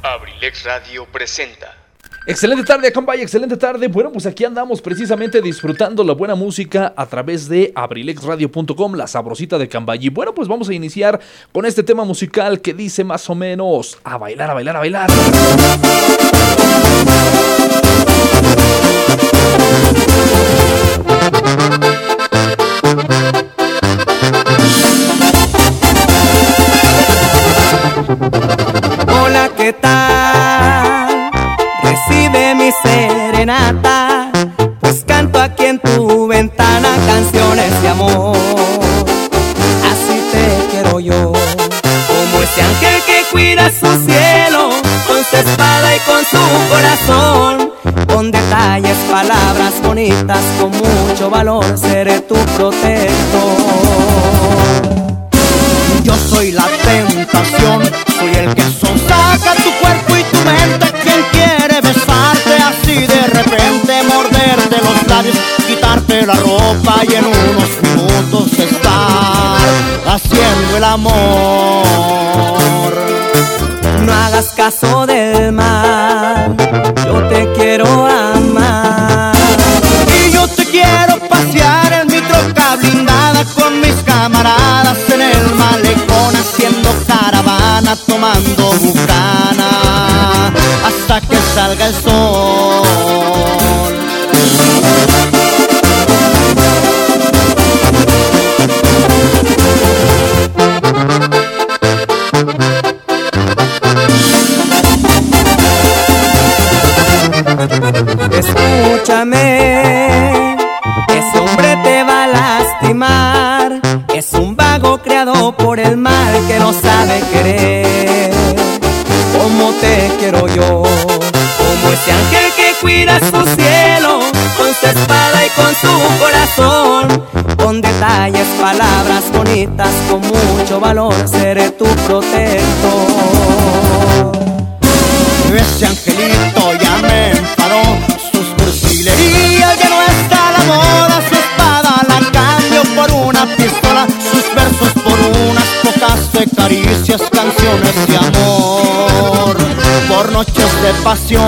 Abrilex Radio presenta. Excelente tarde, Acambay, excelente tarde. Bueno, pues aquí andamos precisamente disfrutando la buena música a través de abrilexradio.com, la sabrosita de Acambay. Y bueno, pues vamos a iniciar con este tema musical que dice más o menos: a bailar, a bailar, a bailar. Hola, ¿qué tal? Recibe mi serenata, pues canto aquí en tu ventana canciones de amor. Así te quiero yo, como ese ángel que cuida su cielo, con su espada y con su corazón. Con detalles, palabras bonitas, con mucho valor, seré tu protector. Yo soy la tentación, soy el que sonsaca tu cuerpo y tu mente. Quien quiere besarte así de repente, morderte los labios, quitarte la ropa y en unos minutos estar haciendo el amor. No hagas caso del mal, yo te quiero amar. Y yo te quiero pasear en mi troca blindada con mis camaradas en el malecón, haciendo caravana, tomando bucana hasta que salga el sol. Escúchame, ese hombre te va a lastimar. Es un vago creado por el mal que no sabe querer como te quiero yo, como ese ángel que cuida su cielo, con su espada y con su corazón. Con detalles, palabras bonitas, con mucho valor, seré tu protector. Ese angelito ya me enfadó, sus cursilerías ya no está la moda. Su espada la cambio por una pistola, sus versos por unas pocas de caricias, canciones de amor, por noches de pasión.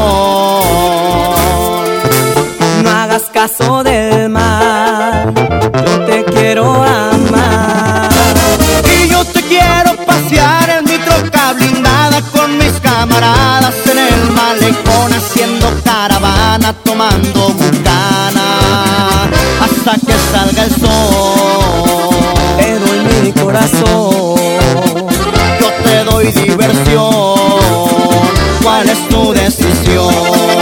No hagas caso del mal, yo te quiero amar. Y yo te quiero pasear en mi troca blindada con mis camaradas en el malecón, haciendo caravana, tomando bucana hasta que salga el sol. Pero en mi corazón yo te doy diversión. ¿Cuál es tu decisión?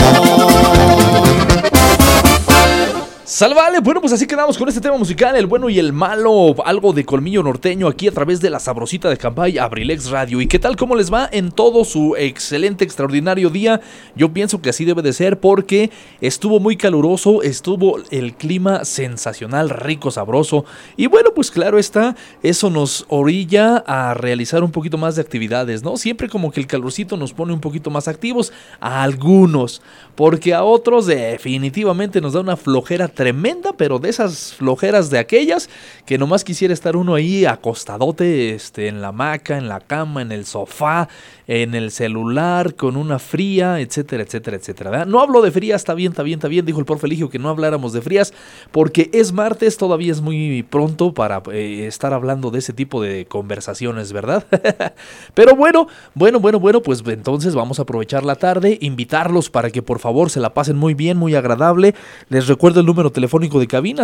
Salvale, bueno, pues así quedamos con este tema musical, el bueno y el malo, algo de colmillo norteño aquí a través de la sabrosita de Acambay, Abrilex Radio. ¿Y qué tal, cómo les va en todo su excelente, extraordinario día? Yo pienso que así debe de ser porque estuvo muy caluroso, estuvo el clima sensacional, rico, sabroso. Y bueno, pues claro está, eso nos orilla a realizar un poquito más de actividades, ¿no? Siempre como que el calorcito nos pone un poquito más activos a algunos, porque a otros definitivamente nos da una flojera tremenda, pero de esas flojeras de aquellas que nomás quisiera estar uno ahí acostadote en la hamaca, en la cama, en el sofá, en el celular, con una fría, etcétera, etcétera, etcétera, ¿verdad? No hablo de frías, está bien, dijo el profe Eligio que no habláramos de frías, porque es martes, todavía es muy pronto para estar hablando de ese tipo de conversaciones, ¿verdad? Pero bueno, pues entonces vamos a aprovechar la tarde, invitarlos para que por favor se la pasen muy bien, muy agradable. Les recuerdo el número telefónico de cabina,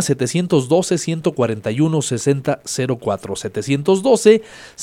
712-141-6004,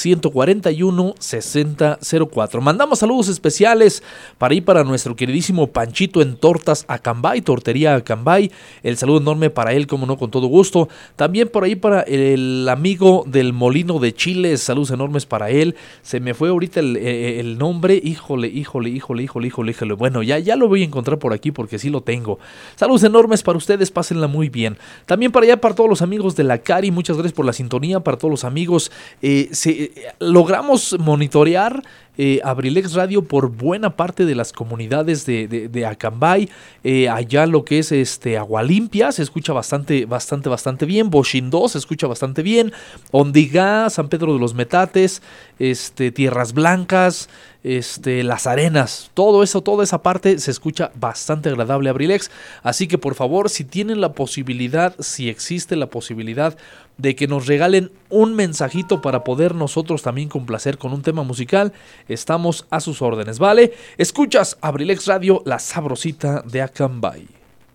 712-141-6004. Mandamos saludos especiales para nuestro queridísimo Panchito en Tortas Acambay, Tortería Acambay. El saludo enorme para él, como no, con todo gusto. También por ahí para el amigo del Molino de Chiles, saludos enormes para él. Se me fue ahorita el nombre, híjole. Bueno, ya lo voy a encontrar por aquí porque sí lo tengo. Saludos enormes para ustedes, pásenla muy bien. También para allá, para todos los amigos de la Cari, muchas gracias por la sintonía. Para todos los amigos, logramos monitorear Abrilex Radio por buena parte de las comunidades de Acambay. Allá lo que es Agualimpia se escucha bastante bien. Boxindó se escucha bastante bien. Ondigá, San Pedro de los Metates, Tierras Blancas, Las Arenas, toda esa parte se escucha bastante agradable Abrilex. Así que por favor, si tienen la posibilidad, si existe la posibilidad de que nos regalen un mensajito para poder nosotros también complacer con un tema musical, estamos a sus órdenes, ¿vale? Escuchas Abrilex Radio, la sabrosita de Acambay.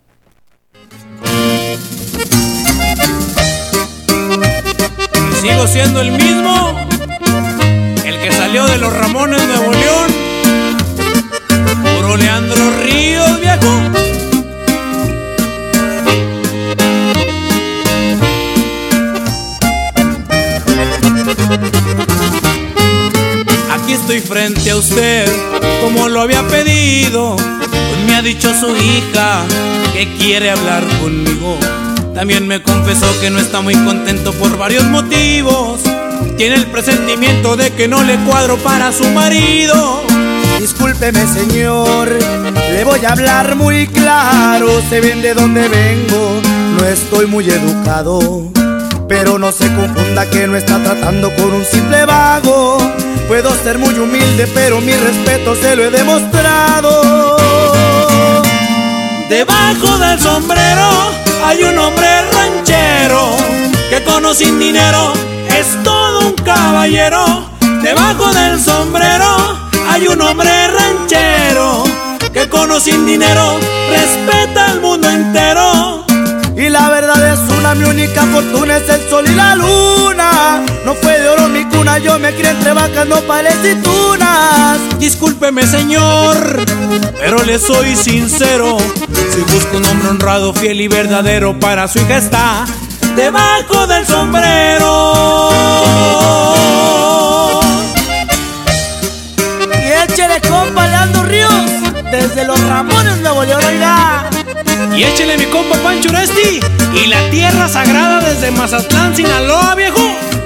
Y sigo siendo el mismo, el que salió de los Ramones Nuevo León, puro Leandro Ríos, viejo. Aquí estoy frente a usted como lo había pedido, pues me ha dicho su hija que quiere hablar conmigo. También me confesó que no está muy contento por varios motivos. Tiene el presentimiento de que no le cuadro para su marido. Discúlpeme señor, le voy a hablar muy claro. Se ven de dónde vengo, no estoy muy educado, pero no se confunda que no está tratando con un simple vago. Puedo ser muy humilde, pero mi respeto se lo he demostrado. Debajo del sombrero hay un hombre ranchero que con o sin dinero es todo un caballero. Debajo del sombrero hay un hombre ranchero que con o sin dinero respeta al mundo entero. Y la verdad es una, mi única fortuna es el sol y la luna. No fue de oro mi cuna, yo me crié entre vacas, nopales y tunas. Discúlpeme señor, pero le soy sincero. Si busco un hombre honrado, fiel y verdadero, para su hija está debajo del sombrero. Y échele compa Leandro Ríos, desde los Ramones Nuevo León, oiga. Y échele mi compa Pancho Uresti y la tierra sagrada desde Mazatlán, Sinaloa, viejo.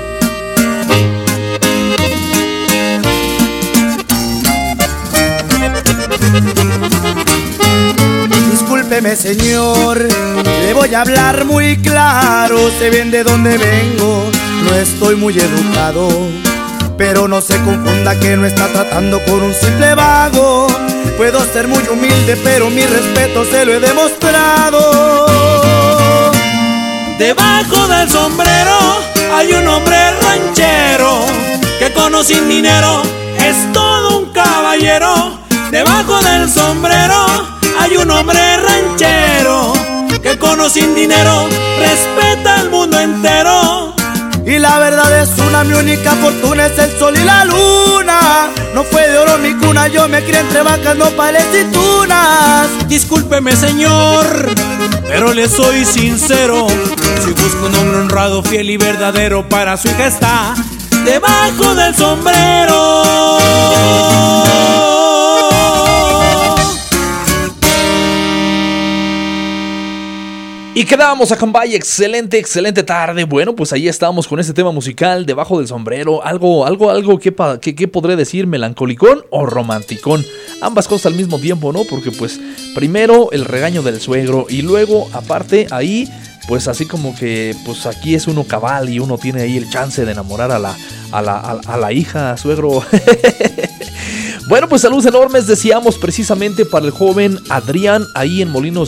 Discúlpeme señor, le voy a hablar muy claro. Se ven de dónde vengo, no estoy muy educado, pero no se confunda que no está tratando con un simple vago. Puedo ser muy humilde, pero mi respeto se lo he demostrado. Debajo del sombrero hay un hombre ranchero que con o sin dinero es todo un caballero. Debajo del sombrero hay un hombre ranchero que con o sin dinero respeta al mundo entero. Y la verdad es una, mi única fortuna es el sol y la luna. No fue de oro mi cuna, yo me crié entre vacas, nopales y tunas. Discúlpeme señor, pero le soy sincero. Si busco un hombre honrado, fiel y verdadero, para su hija está debajo del sombrero. Y quedábamos Acambay, excelente tarde. Bueno, pues ahí estábamos con este tema musical, Debajo del Sombrero. Algo que podré decir, melancolicón o romanticón. Ambas cosas al mismo tiempo, ¿no? Porque pues primero el regaño del suegro y luego aparte ahí, pues así como que pues aquí es uno cabal y uno tiene ahí el chance de enamorar a la hija, suegro. Bueno, pues saludos enormes deseamos precisamente para el joven Adrián ahí en Molino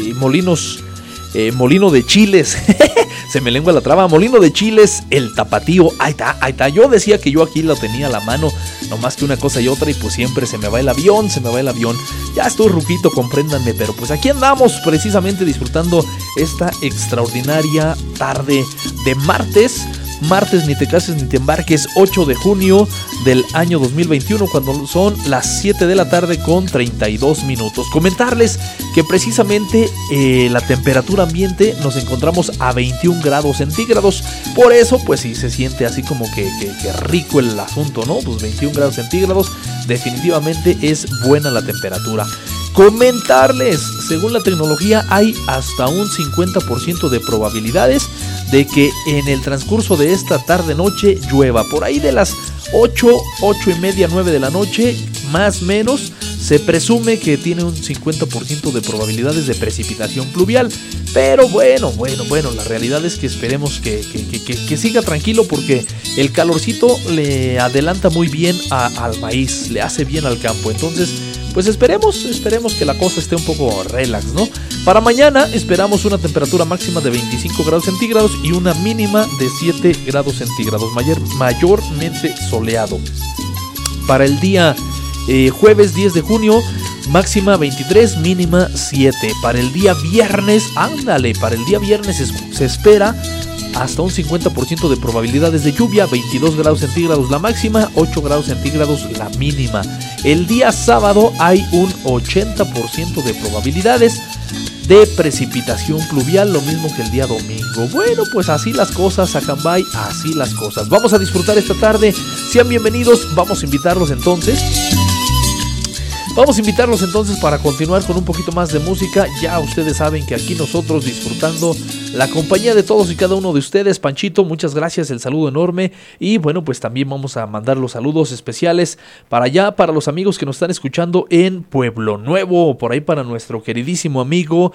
de Chiles. Se me lengua la traba. Molino de Chiles, el Tapatío. Ahí está. Yo decía que yo aquí lo tenía a la mano, nomás que una cosa y otra, y pues siempre se me va el avión. Ya estoy ruquito, compréndanme, pero pues aquí andamos precisamente disfrutando esta extraordinaria tarde de martes, ni te cases ni te embarques, 8 de junio del año 2021, cuando son las 7 de la tarde con 32 minutos. Comentarles que precisamente la temperatura ambiente nos encontramos a 21 grados centígrados. Por eso, pues sí se siente así como que rico el asunto, ¿no? Pues 21 grados centígrados, definitivamente es buena la temperatura. Comentarles, según la tecnología, hay hasta un 50% de probabilidades de que en el transcurso de esta tarde-noche llueva. Por ahí de las 8 y media, 9 de la noche, más o menos, se presume que tiene un 50% de probabilidades de precipitación pluvial. Pero bueno, la realidad es que esperemos que siga tranquilo, porque el calorcito le adelanta muy bien al maíz, le hace bien al campo. Entonces, pues esperemos que la cosa esté un poco relax, ¿no? Para mañana esperamos una temperatura máxima de 25 grados centígrados y una mínima de 7 grados centígrados, mayormente soleado. Para el día jueves 10 de junio, máxima 23, mínima 7. Para el día viernes, se espera hasta un 50% de probabilidades de lluvia, 22 grados centígrados la máxima, 8 grados centígrados la mínima. El día sábado hay un 80% de probabilidades de precipitación pluvial, lo mismo que el día domingo. Bueno, pues así las cosas, Acambay, así las cosas. Vamos a disfrutar esta tarde, sean bienvenidos, vamos a invitarlos entonces para continuar con un poquito más de música. Ya ustedes saben que aquí nosotros disfrutando la compañía de todos y cada uno de ustedes. Panchito, muchas gracias, el saludo enorme. Y bueno, pues también vamos a mandar los saludos especiales para allá, para los amigos que nos están escuchando en Pueblo Nuevo, por ahí para nuestro queridísimo amigo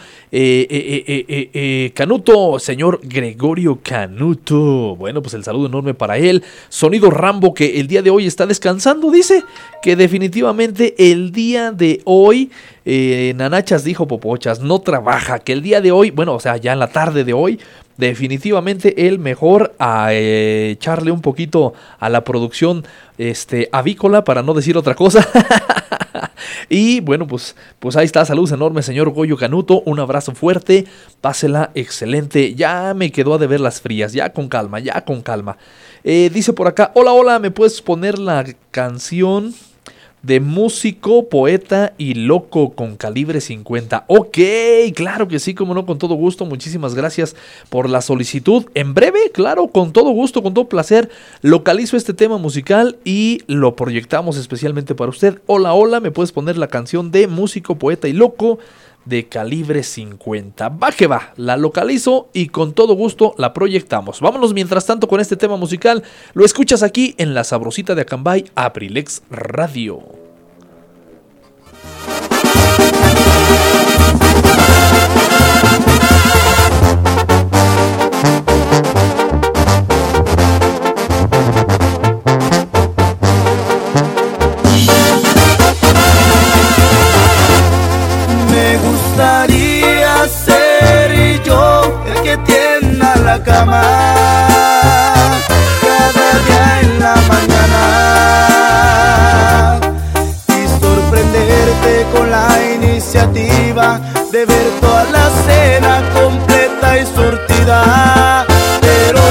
Canuto, señor Gregorio Canuto. Bueno, pues el saludo enorme para él. Sonido Rambo, que el día de hoy está descansando, dice que definitivamente el día de hoy, Nanachas dijo Popochas, no trabaja, que el día de hoy, bueno, o sea, ya en la tarde de hoy, definitivamente él mejor a echarle un poquito a la producción avícola, para no decir otra cosa. Y bueno, pues ahí está, saludos enormes, señor Goyo Canuto, un abrazo fuerte, pásela excelente. Ya me quedó a deber las frías, ya con calma. Dice por acá, hola, ¿me puedes poner la canción de Músico, Poeta y Loco con Calibre 50? Ok, claro que sí, como no, con todo gusto. Muchísimas gracias por la solicitud. En breve, claro, con todo gusto, con todo placer, localizo este tema musical y lo proyectamos especialmente para usted. Hola, ¿me puedes poner la canción de Músico, Poeta y Loco de Calibre 50? Va que va, la localizo y con todo gusto la proyectamos. Vámonos mientras tanto con este tema musical. Lo escuchas aquí en La Sabrosita de Acambay, Abrilex Radio. Gustaría ser yo el que tienda la cama cada día en la mañana y sorprenderte con la iniciativa de ver toda la cena completa y surtida. Pero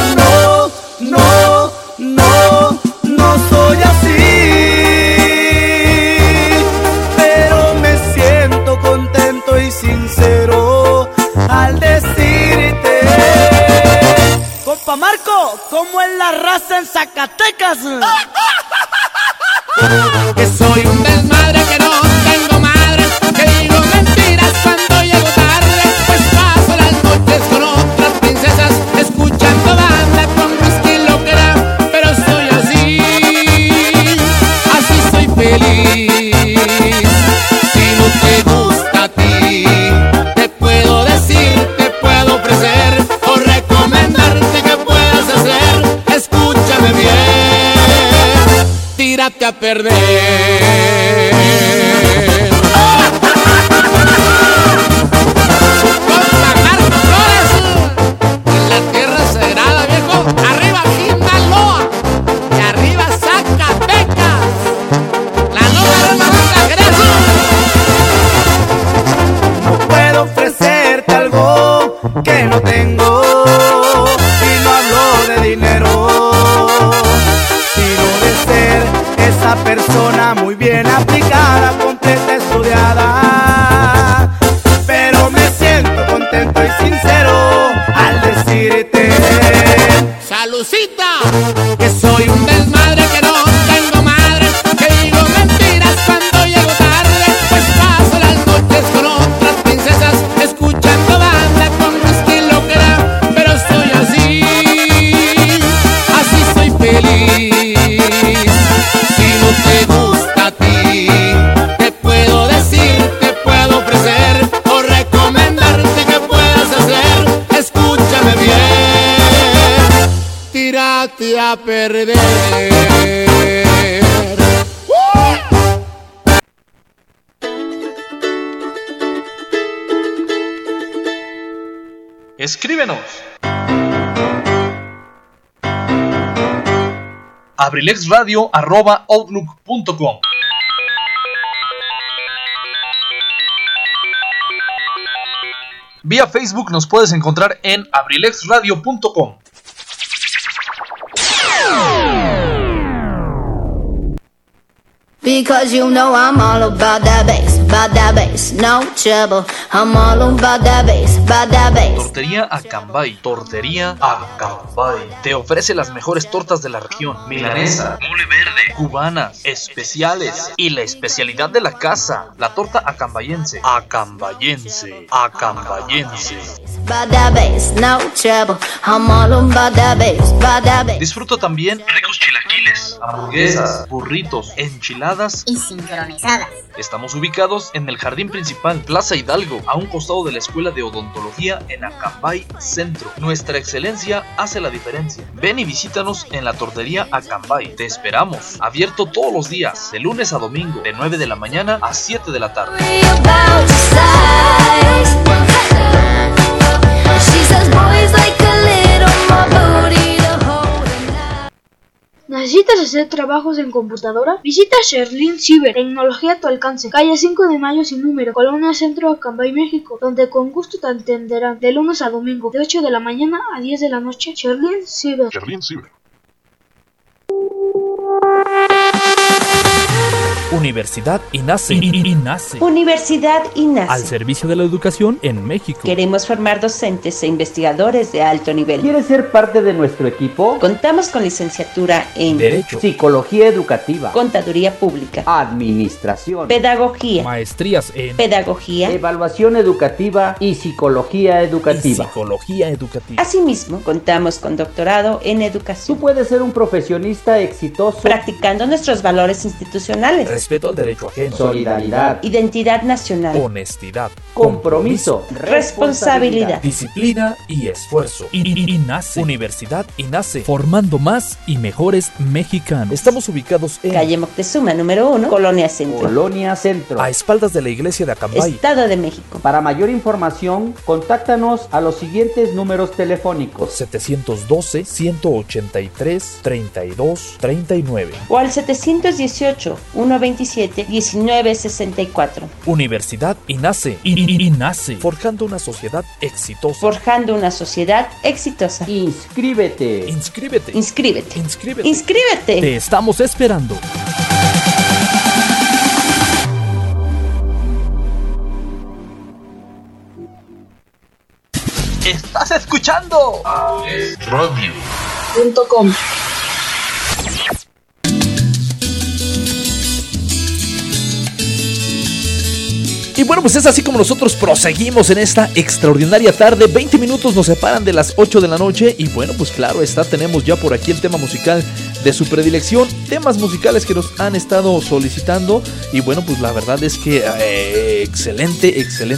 no soy así. Sincero al decirte, compa Marco, ¿cómo es la raza en Zacatecas? Que soy un desmadre, que no tengo madre, que digo mentiras cuando llego tarde, pues paso las noches con otras princesas, escuchando banda con whisky loquera, pero soy así soy feliz. Si no te gusta a ti, te puedo decir, te puedo ofrecer o recomendarte que puedas hacer. Escúchame bien, tírate a perder. Que no tengo, y no hablo de dinero, sino de ser esa persona muy bien aplicada, completa, estudiada. Pero me siento contento y sincero al decirte, ¡Salucita! Que soy un desmadre, que no tengo madre, que digo mentiras cuando llego tarde, pues paso las noches con otras princesas, escuchando banda con whisky loquera, pero soy así a perder. Escríbenos. abrilexradio@outlook.com. Vía Facebook nos puedes encontrar en abrilexradio.com. Because you know I'm all about that bass, no trouble. I'm all about that bass. Tortería Acambay, te ofrece las mejores tortas de la región: milanesa, mole verde, cubanas, especiales y la especialidad de la casa, la torta acambayense. No trouble. I'm all about that bass. Disfruta también ricos chilaquiles, hamburguesas, burritos, enchiladas y sincronizadas. Estamos ubicados en el jardín principal, Plaza Hidalgo, a un costado de la Escuela de Odontología en Acambay Centro. Nuestra excelencia hace la diferencia. Ven y visítanos en la Tortería Acambay. Te esperamos. Abierto todos los días, de lunes a domingo, de 9 de la mañana a 7 de la tarde. ¿Necesitas hacer trabajos en computadora? Visita Sherlyn Cyber, tecnología a tu alcance, calle 5 de Mayo sin número, Colonia Centro, Acambay, México, donde con gusto te atenderán de lunes a domingo, de 8 de la mañana a 10 de la noche. Sherlyn Cyber. Universidad INACE. Universidad INACE. Al servicio de la educación en México. Queremos formar docentes e investigadores de alto nivel. ¿Quieres ser parte de nuestro equipo? Contamos con licenciatura en Derecho, Psicología Educativa, Contaduría Pública, Administración, Pedagogía, maestrías en Pedagogía, Evaluación Educativa y Psicología Educativa. Asimismo, contamos con doctorado en Educación. Tú puedes ser un profesionista exitoso practicando nuestros valores institucionales: respeto al derecho ajeno, solidaridad, identidad nacional, honestidad, compromiso, responsabilidad, disciplina y esfuerzo. INACE. Universidad INACE, formando más y mejores mexicanos. Estamos ubicados en calle Moctezuma número 1, Colonia Centro, a espaldas de la iglesia de Acambay, Estado de México. Para mayor información, contáctanos a los siguientes números telefónicos: 712-183-3239 o al 718-127-1964. Universidad INACE. INACE, forjando una sociedad exitosa. Inscríbete. Te estamos esperando. Estás escuchando Radio.com. Y bueno, pues es así como nosotros proseguimos en esta extraordinaria tarde. 20 minutos nos separan de las 8 de la noche. Y bueno, pues claro está, tenemos ya por aquí el tema musical de su predilección. Temas musicales que nos han estado solicitando. Y bueno, pues la verdad es que excelente.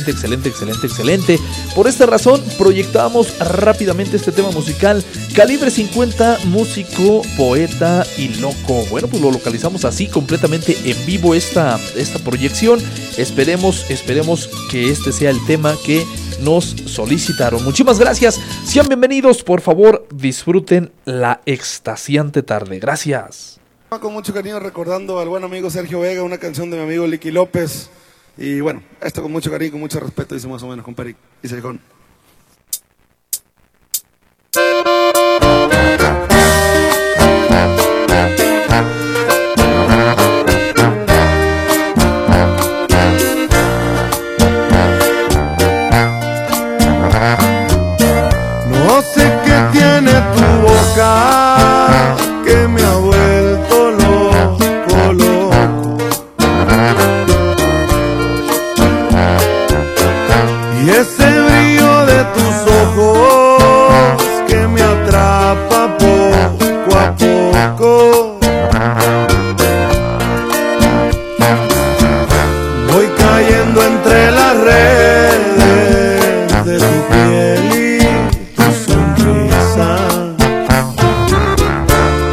Por esta razón proyectamos rápidamente este tema musical. Calibre 50, músico, poeta y loco. Bueno, pues lo localizamos así completamente en vivo esta proyección. Esperemos que este sea el tema que nos solicitaron. Muchísimas gracias. Sean bienvenidos. Por favor, disfruten la extasiante tarde. Gracias. Con mucho cariño recordando al buen amigo Sergio Vega, una canción de mi amigo Licky López. Y bueno, esto con mucho cariño, con mucho respeto, dice más o menos, compadre. Dice con... No sé qué tiene tu boca que me ha vuelto loco, loco. Y ese brillo de tus ojos que me atrapa poco a poco. Voy cayendo entre las redes de tu piel y tu sonrisa.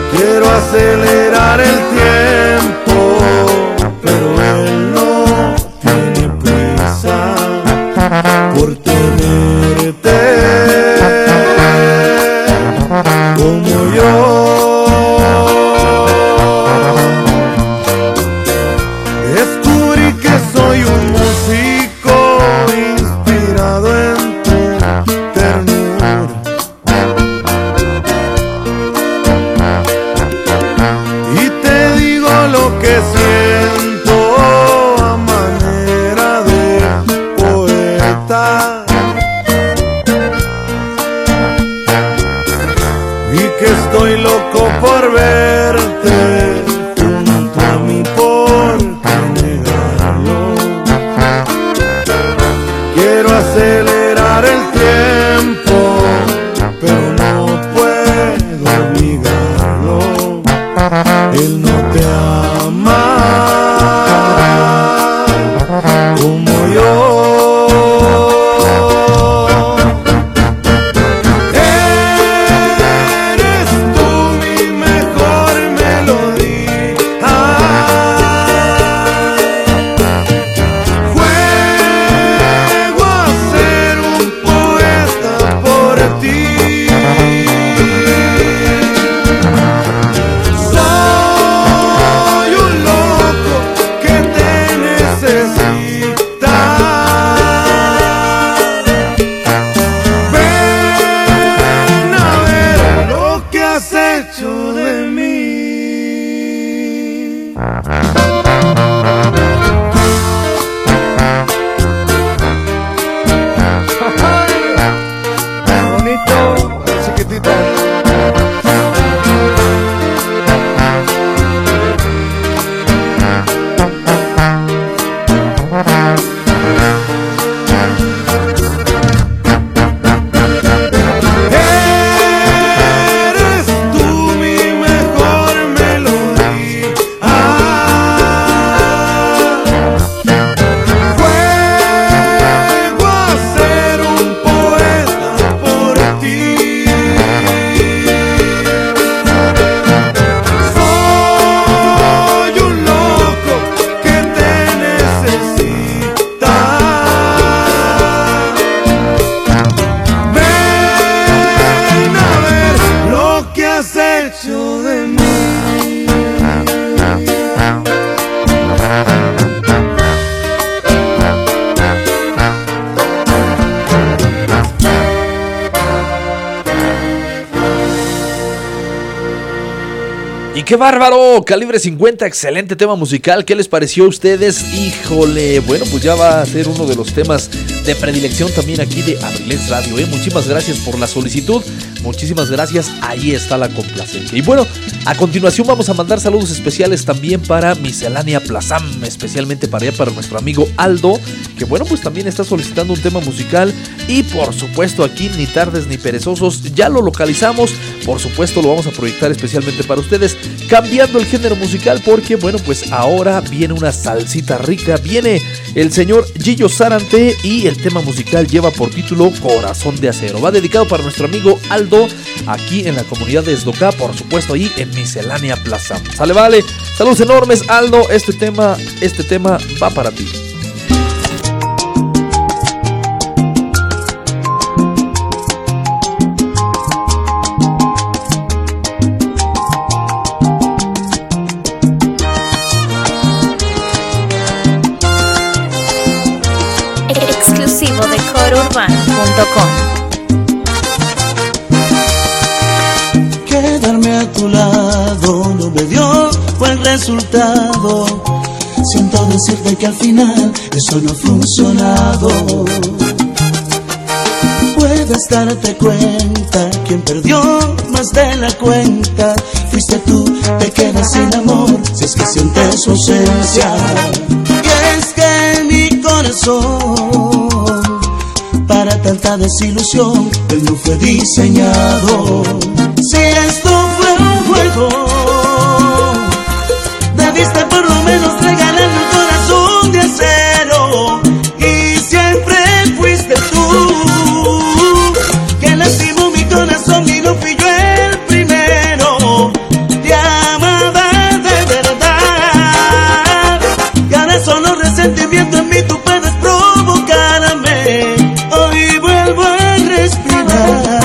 qué bárbaro! Calibre 50, excelente tema musical. ¿Qué les pareció a ustedes? Híjole, bueno, pues ya va a ser uno de los temas de predilección también aquí de Abrilex Radio. Muchísimas gracias por la solicitud. Muchísimas gracias, ahí está la complacencia. Y bueno, a continuación vamos a mandar saludos especiales también para Miscelánea Plazam, especialmente para allá, para nuestro amigo Aldo, que bueno, pues también está solicitando un tema musical. Y por supuesto aquí, ni tardes ni perezosos, ya lo localizamos. Por supuesto lo vamos a proyectar especialmente para ustedes, cambiando el género musical, porque bueno, pues ahora viene una salsita rica. Viene el señor Gillo Zárate y el tema musical lleva por título Corazón de Acero. Va dedicado para nuestro amigo Aldo, aquí en la comunidad de Esdocá, por supuesto ahí en Miscelánea Plaza. Sale, vale, saludos enormes, Aldo, este tema va para ti. Exclusivo de corourbano.com. Quedarme a tu lado no me dio buen resultado. Siento decirte que al final eso no ha funcionado. Puedes darte cuenta, quien perdió más de la cuenta fuiste tú, te quedas sin amor si es que sientes su ausencia. Y es que mi corazón para tanta desilusión él no fue diseñado. Si esto fue un juego, debiste por lo menos regalarme un corazón de acero. Y siempre fuiste tú quien lastimó mi corazón y no fui yo el primero. Te amaba de verdad y ahora solo resentimiento en mí tú puedes provocarme. Hoy vuelvo a respirar.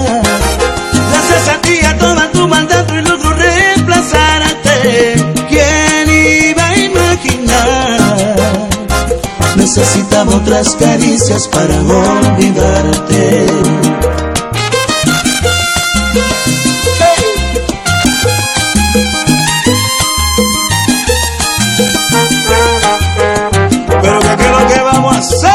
Necesitaba otras caricias para olvidarte. Pero ¿qué es lo que vamos a hacer?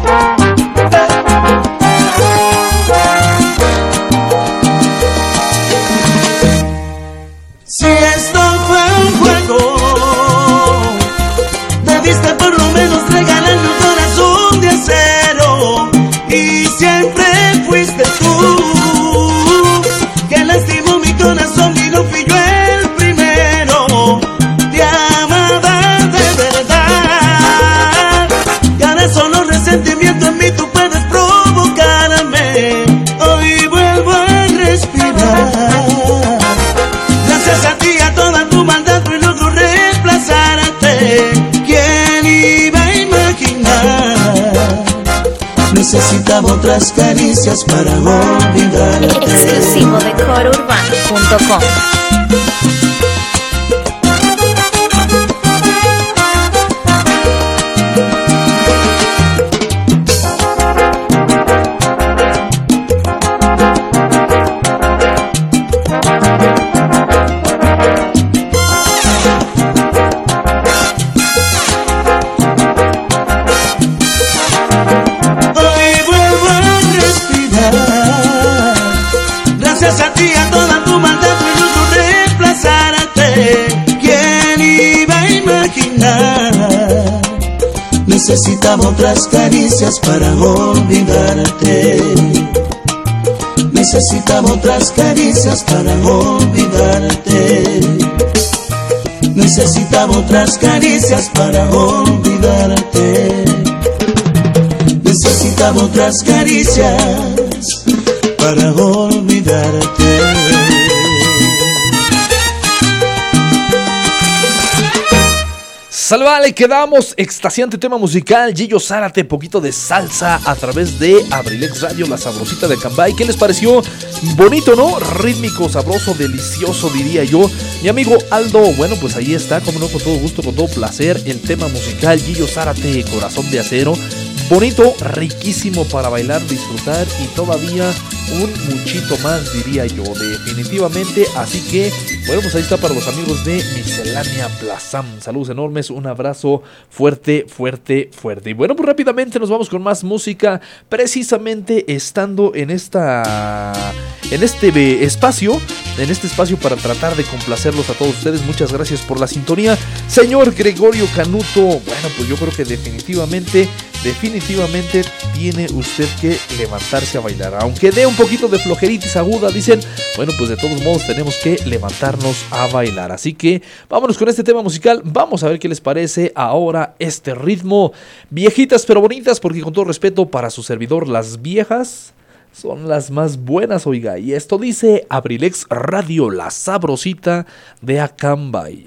Si esto fue un juego, debiste por lo menos regalarme un corazón de acero. Y siempre fuiste tú que lastimó mi corazón y no fui yo el primero. Te amaba de verdad y ahora solo resentimiento en mí tú puedes provocarme. Hoy vuelvo a respirar. Gracias a ti, a toda tu maldad no logro reemplazarte. ¿Quién iba a imaginar? Necesitaba otras caricias para olvidarte. Exclusivo de corourbano.com. Necesitaba otras caricias para olvidarte. Necesitaba otras caricias para olvidarte. Necesitaba otras caricias para olvidarte. Necesitaba otras caricias para olvidarte. Salvale, quedamos extasiante tema musical, Gillo Zárate, poquito de salsa a través de Abrilex Radio, la sabrosita de Cambay. ¿Qué les pareció? Bonito, ¿no? Rítmico, sabroso, delicioso, diría yo. Mi amigo Aldo, bueno, pues ahí está, como no, con todo gusto, con todo placer, el tema musical Gillo Zárate, Corazón de Acero. bonito, riquísimo para bailar, disfrutar y todavía un muchito más, diría yo, definitivamente. Así que, bueno, pues ahí está para los amigos de Miscelánea Plazam. Saludos enormes, un abrazo fuerte, fuerte, fuerte. Y bueno, pues rápidamente nos vamos con más música, precisamente estando en este espacio para tratar de complacerlos a todos ustedes. Muchas gracias por la sintonía, señor Gregorio Canuto. Bueno, pues yo creo que definitivamente tiene usted que levantarse a bailar, aunque dé un poquito de flojeritis aguda, dicen. Bueno, pues de todos modos tenemos que levantarnos a bailar, así que vámonos con este tema musical. Vamos a ver qué les parece ahora este ritmo. Viejitas pero bonitas, porque con todo respeto para su servidor, las viejas son las más buenas, oiga. Y esto dice Abrilex Radio, la sabrosita de Acambay.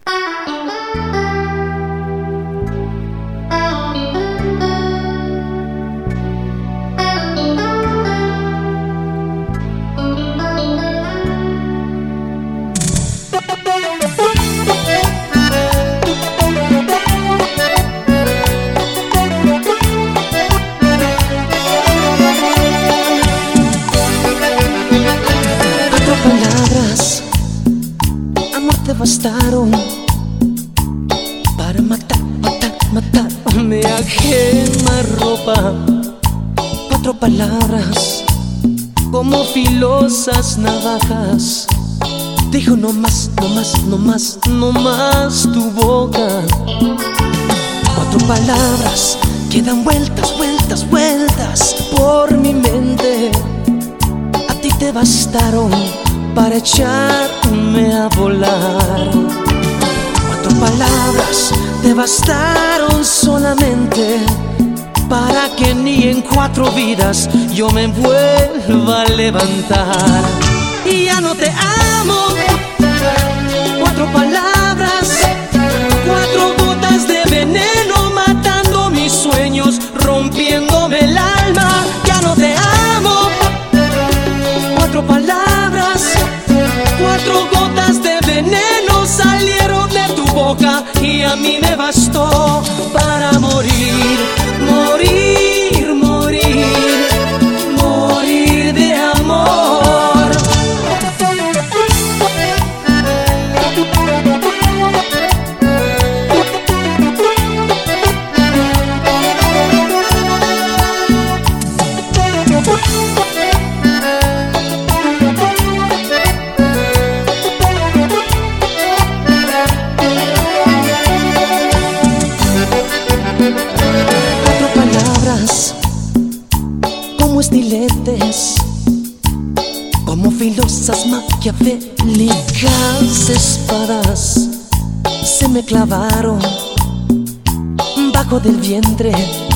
Bastaron para matarme a quemarropa. 4 palabras como filosas navajas. Dijo no más tu boca. 4 palabras que dan vueltas por mi mente. A ti te bastaron para echarme a volar. 4 palabras te bastaron solamente para que ni en 4 vidas yo me vuelva a levantar. Y ya no te amo. 4 palabras, 4 gotas de veneno matando mis sueños, rompiéndome el alma. Ya no te amo. 4 palabras, 4 gotas de veneno salieron de tu boca y a mí me bastó para morir, morir, morir, morir de amor. Estiletes, como filosas maquiavélicas espadas, se me clavaron bajo del vientre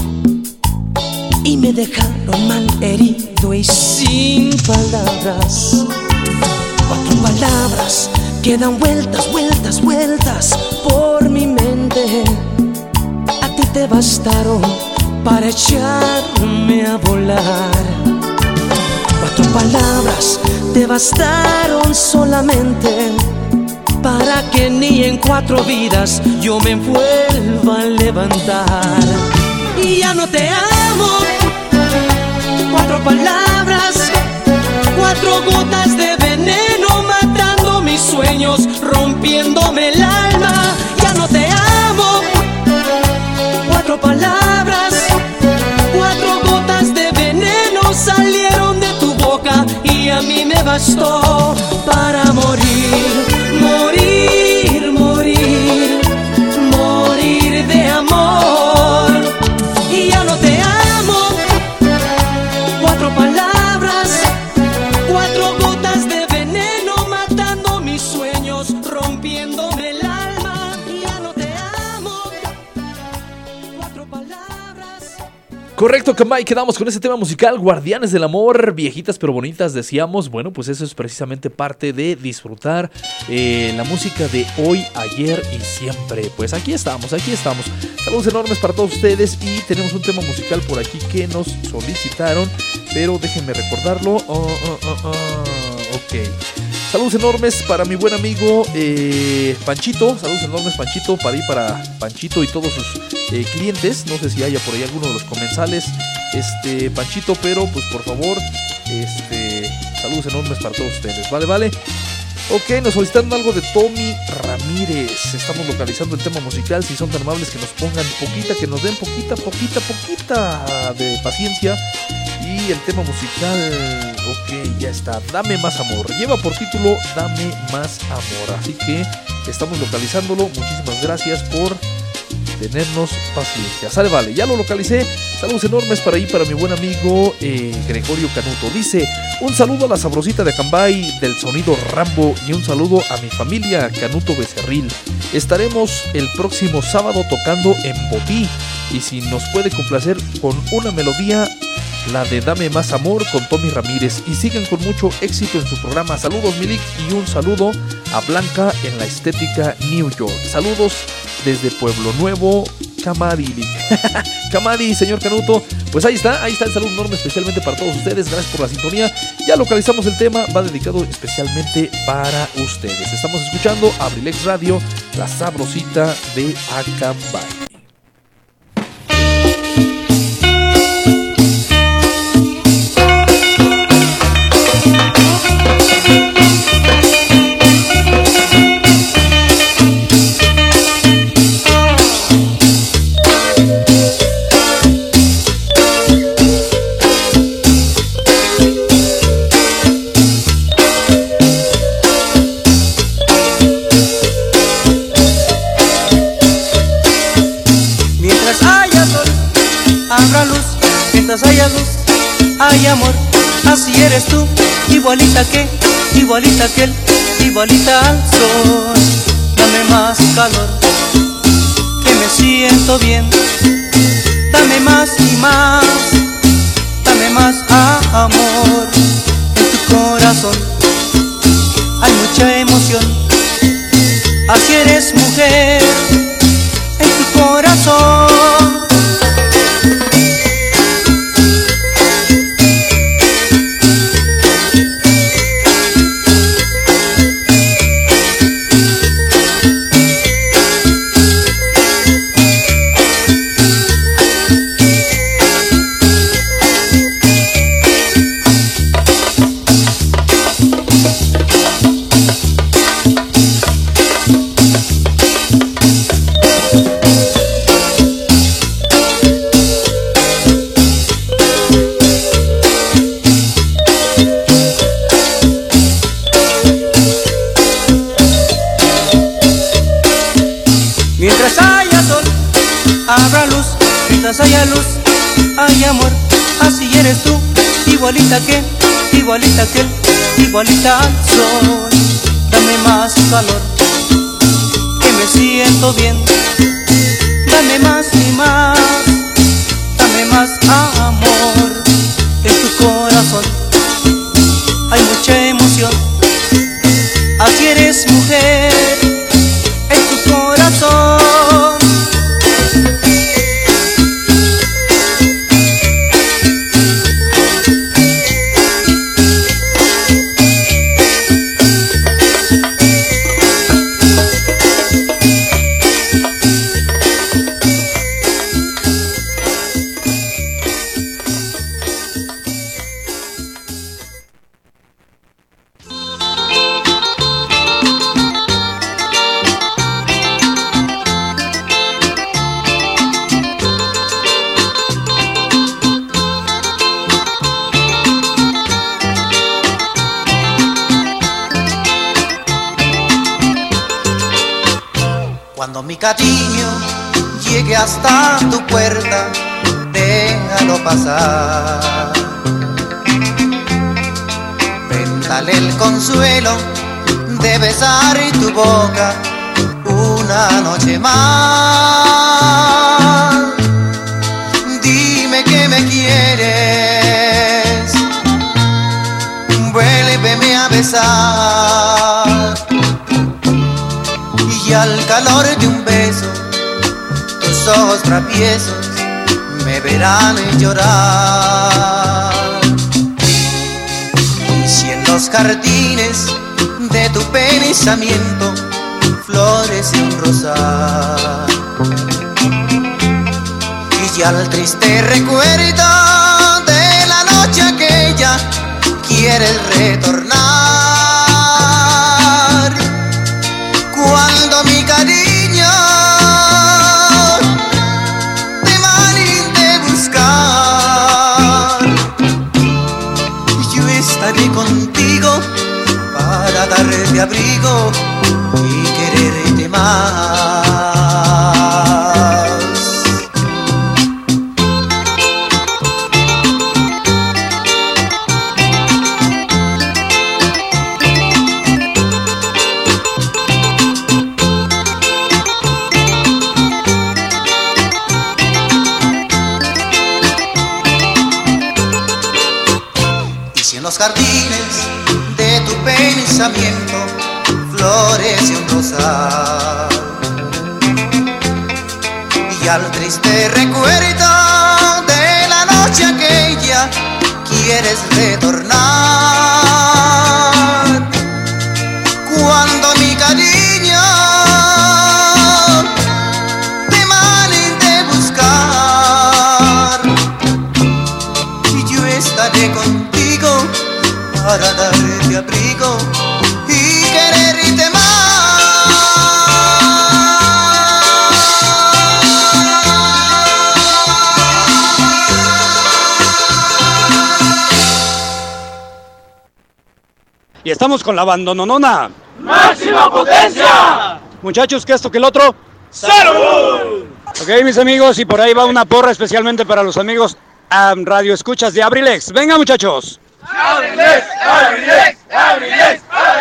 y me dejaron mal herido y sin palabras. 4 palabras que dan vueltas por mi mente. A ti te bastaron para echarme a volar. 4 palabras te bastaron solamente para que ni en 4 vidas yo me vuelva a levantar. Y ya no te amo. 4 palabras, 4 gotas de veneno matando mis sueños, rompiéndome el alma. Ya no te amo. 4 palabras, 4 gotas de veneno salieron de tu boca y a mí me bastó para morir, morir, morir, morir de amor. Y ya no te amo. 4 palabras, 4 gotas de veneno matando mis sueños, rompiéndome el alma. Y ya no te amo. 4 palabras. Correcto, Cambay, quedamos con ese tema musical, Guardianes del Amor, viejitas pero bonitas, decíamos. Bueno, pues eso es precisamente parte de disfrutar la música de hoy, ayer y siempre. Pues aquí estamos. Saludos enormes para todos ustedes y tenemos un tema musical por aquí que nos solicitaron, pero déjenme recordarlo. Ok. Saludos enormes para mi buen amigo Panchito. Saludos enormes, Panchito, para ir para Panchito y todos sus clientes. No sé si haya por ahí alguno de los comensales, Panchito, pero pues por favor, saludos enormes para todos ustedes. Vale. Ok, nos solicitan algo de Tommy Ramírez. Estamos localizando el tema musical. Si son tan amables que nos pongan poquita, que nos den poquita de paciencia. Y el tema musical, ok, ya está. Dame más amor. Lleva por título Dame más amor. Así que estamos localizándolo. Muchísimas gracias por tenernos paciencia. Sale, vale, ya lo localicé. Saludos enormes para mi buen amigo Gregorio Canuto. Dice: un saludo a la sabrosita de Acambay del sonido Rambo y un saludo a mi familia Canuto Becerril. Estaremos el próximo sábado tocando en Botí y si nos puede complacer con una melodía, la de Dame más amor con Tommy Ramírez, y sigan con mucho éxito en su programa. Saludos, Milik, y un saludo a Blanca en la Estética New York. Saludos desde Pueblo Nuevo, Camadi. Camadi, señor Canuto. Pues ahí está el saludo enorme especialmente para todos ustedes. Gracias por la sintonía. Ya localizamos el tema, va dedicado especialmente para ustedes. Estamos escuchando Abrilex Radio, la sabrosita de Acambay. Haya luz, hay amor, así eres tú, igualita que él, igualita al sol. Dame más calor, que me siento bien. Dame más y más, dame más amor. En tu corazón hay mucha emoción, así eres mujer, en tu corazón. Haya luz, hay amor, así eres tú, igualita que él, igualita al sol. Dame más calor, que me siento bien. Dame más y más, dame más amor. En tu corazón hay mucha emoción, así eres mujer, en tu corazón. Cuando mi cariño llegue hasta tu puerta, déjalo pasar. Dale el consuelo de besar tu boca una noche más. Dime que me quieres, vuélveme a besar. Y al calor de un beso, tus ojos traviesos me verán llorar. Y si en los jardines de tu pensamiento florece un rosal. Y ya el triste recuerdo de la noche aquella quieres retornar. Cuando mi cariño te mande buscar, yo estaré contigo para darte abrigo y quererte más. Y si en los jardines de tu pensamiento florece un rosal, y al triste recuerdo de la noche aquella quieres retornar. Cuando mi cariño te mande buscar, y yo estaré contigo para darte abrigo y quererte más. Y estamos con la bandononona. ¡Máxima potencia! Muchachos, ¿qué esto que el otro? ¡Salud! Ok, mis amigos, y por ahí va una porra especialmente para los amigos Radio Escuchas de Abrilex. Venga, muchachos. ¡Abrilex! ¡Abrilex! ¡Abrilex!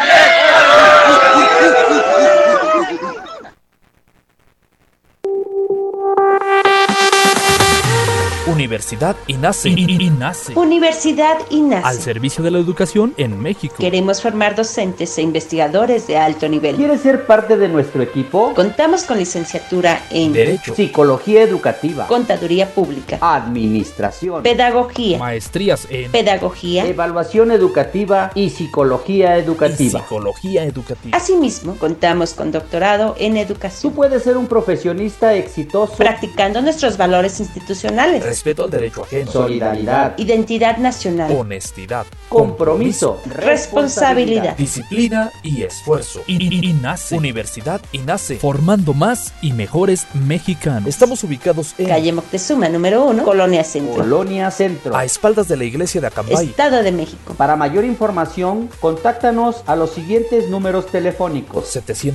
Universidad INACE. INACE. Universidad INACE. Al servicio de la educación en México. Queremos formar docentes e investigadores de alto nivel. ¿Quieres ser parte de nuestro equipo? Contamos con licenciatura en Derecho, Psicología Educativa, Contaduría Pública, Administración, Pedagogía, maestrías en Pedagogía, Evaluación Educativa y Psicología Educativa. Asimismo, contamos con doctorado en Educación. Tú puedes ser un profesionista exitoso practicando nuestros valores institucionales. Respeto al derecho ajeno. Solidaridad. Identidad nacional. Honestidad. Compromiso. Responsabilidad. Disciplina y esfuerzo. INACE. Universidad INACE. Formando más y mejores mexicanos. Estamos ubicados en Calle Moctezuma, número 1, Colonia Centro. Colonia Centro. A espaldas de la iglesia de Acambay, Estado de México. Para mayor información, contáctanos a los siguientes números telefónicos: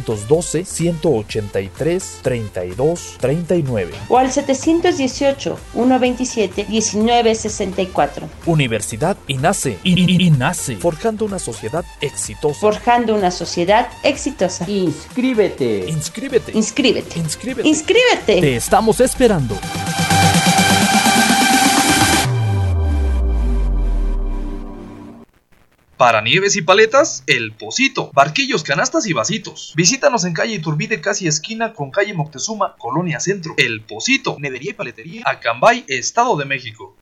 712-183-3239 o al 718-127-1964. Universidad INACE. INACE. Forjando una sociedad exitosa. Forjando una sociedad exitosa. Inscríbete. Inscríbete. Inscríbete. Inscríbete. Inscríbete. Te estamos esperando. Para nieves y paletas, El Pocito. Barquillos, canastas y vasitos. Visítanos en calle Iturbide, casi esquina con calle Moctezuma, Colonia Centro. El Pocito. Nedería y paletería. Acambay, Estado de México.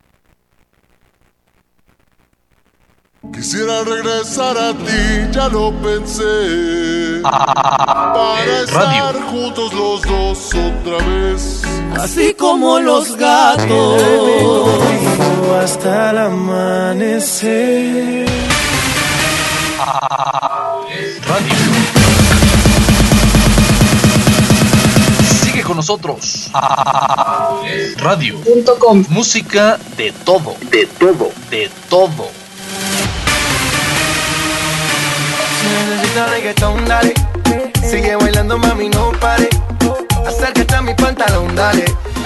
Quisiera regresar a ti, ya lo pensé. Para estar juntos los dos otra vez. Así como los gatos, hasta el amanecer. Radio. Sigue con nosotros. Radio.com. Música de todo. De todo. De todo. Si necesitas reggaetón, dale. Sigue bailando, mami, no pare. Acércate a mi pantalón, dale.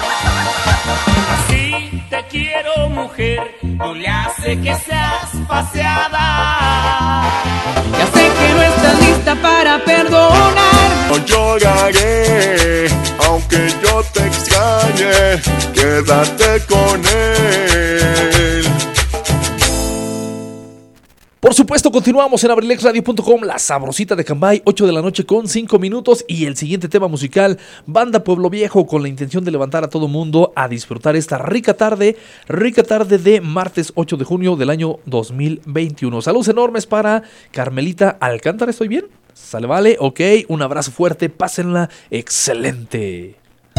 Así te quiero, mujer. No le hace que seas paseada. Ya sé que no estás lista para perdonar. No lloraré, aunque yo te extrañe. Quédate con él. Por supuesto, continuamos en abrilexradio.com, la sabrosita de Cambay, 8 de la noche con 5 minutos. Y el siguiente tema musical, Banda Pueblo Viejo, con la intención de levantar a todo mundo a disfrutar esta rica tarde de martes 8 de junio del año 2021. Saludos enormes para Carmelita Alcántara, ¿estoy bien? ¿Sale, vale? Ok, un abrazo fuerte, pásenla excelente.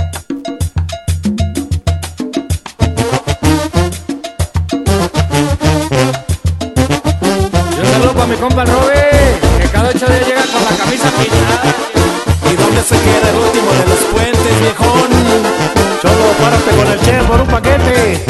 Para mi compa Robe, que cada 8 días llega con la camisa pintada. ¿Y dónde se queda el último de los puentes, viejón? Cholo, párate con el chef por un paquete.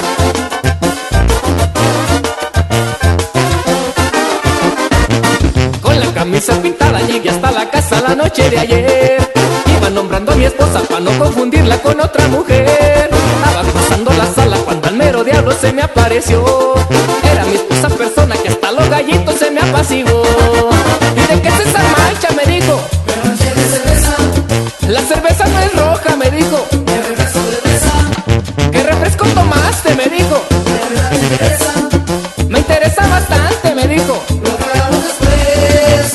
Con la camisa pintada llegué hasta la casa la noche de ayer. Iba nombrando a mi esposa para no confundirla con otra mujer. Estaba pasando la sala cuando al mero diablo se me apareció. Era mi esposa persona que hasta los gallitos se me apaciguó. ¿Y de qué es esa mancha? Me dijo. Pero tiene cerveza. La cerveza no es roja, me dijo. ¿Qué refresco cerveza? ¿Qué refresco tomaste? Me dijo. ¿De verdad te interesa? Me interesa bastante, me dijo. Lo pagamos después.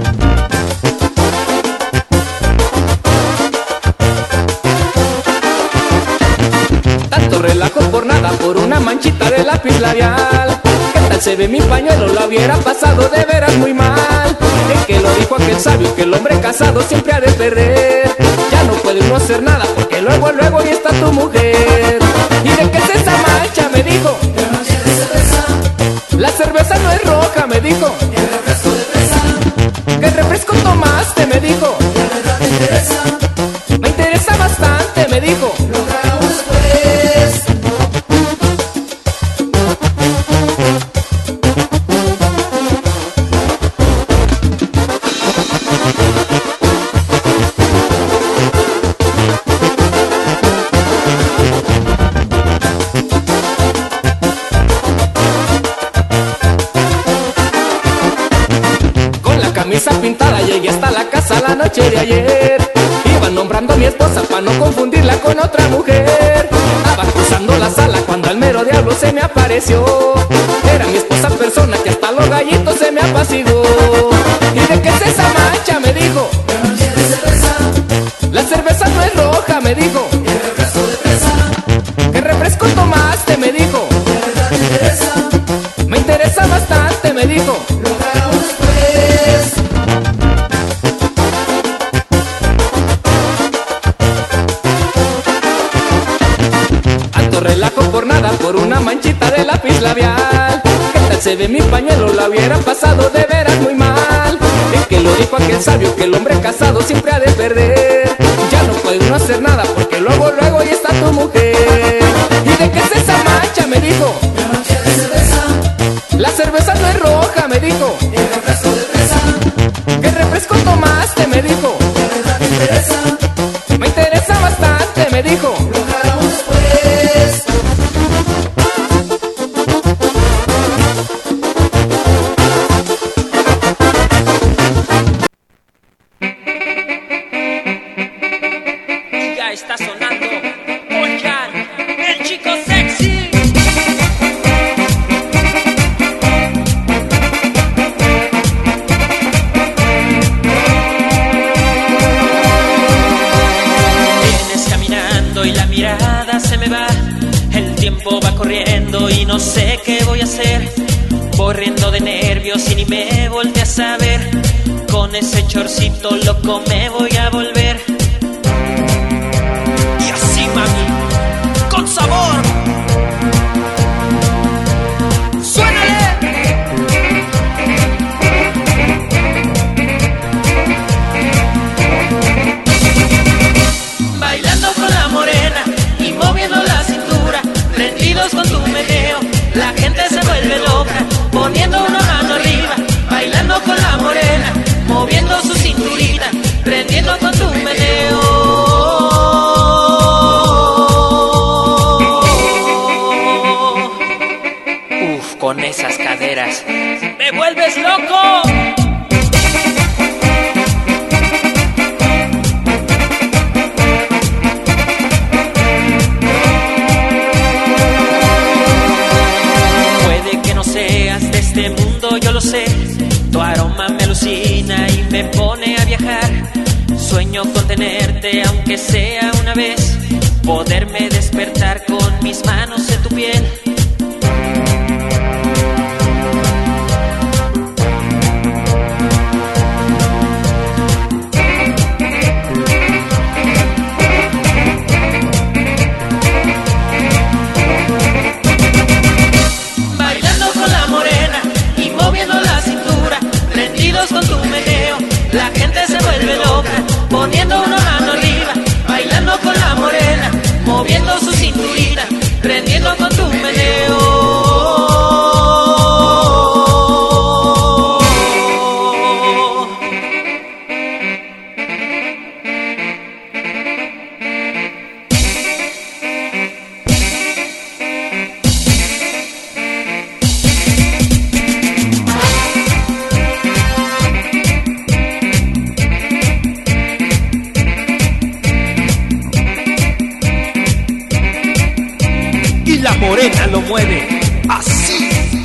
Tanto relajo por nada, por una manchita de lápiz labial. Se ve mi pañuelo, la hubiera pasado de veras muy mal. De que lo dijo aquel sabio, que el hombre casado siempre ha de perder. Ya no puede uno hacer nada, porque luego ya está tu mujer. ¿Y de qué es esa mancha? Me dijo. ¿Qué mancha de cerveza? La cerveza no es roja, me dijo. ¿Qué refresco de fresa? ¿Qué refresco tomaste? Me dijo. ¿De verdad te interesa? Me interesa bastante, me dijo. Lo tragamos después. Camisa pintada, llegué hasta la casa la noche de ayer. Iba nombrando a mi esposa para no confundirla con otra mujer. Estaba cruzando la sala cuando al mero diablo se me apareció. Era mi esposa persona que hasta los gallitos se me apaciguó. ¿Y de qué es esa mancha? Me dijo. ¿Qué mancha de cerveza? La cerveza no es roja, me dijo. ¿Qué refresco de fresa? ¿Qué refresco tomaste? Me dijo. ¿De verdad te interesa? Me interesa bastante, me dijo. Lo pagamos después. Relajo por nada, por una manchita de lápiz labial. ¿Qué tal se ve mi pañuelo? La hubiera pasado de veras muy mal. El que lo dijo aquel sabio, que el hombre casado siempre ha de perder. Ya no puede uno hacer nada, porque luego ya está tu mujer. ¿Y de qué es esa mancha? Me dijo. ¿Qué mancha de cerveza? La cerveza no es roja, me dijo. ¿Y el refresco de fresa? ¿Qué refresco tomaste? Me dijo. ¿De verdad te interesa? Me interesa bastante, me dijo. Lo pagamos después. Está sonando Volcan, el chico sexy. Vienes caminando y la mirada se me va. El tiempo va corriendo y no sé qué voy a hacer. Corriendo de nervios y ni me volteas a ver. Con ese chorcito loco me voy a volver. Mami, con sabor. ¡Suénale! Bailando con la morena y moviendo la cintura, prendidos con tu meneo, la gente se vuelve loca, poniendo una mano arriba, bailando con la morena, moviendo su cinturita, prendiendo con tu meneo. Con esas caderas me vuelves loco. Puede que no seas de este mundo, yo lo tenerte aunque sea una vez, poderme despertar con mis manos en tu piel. Bailando con la morena y moviendo la cintura, prendidos con tu meneo, la gente se vuelve loca, poniendo una mano arriba, bailando con la morena, moviendo su cinturita, prendiendo con tu meneo. La morena lo mueve así.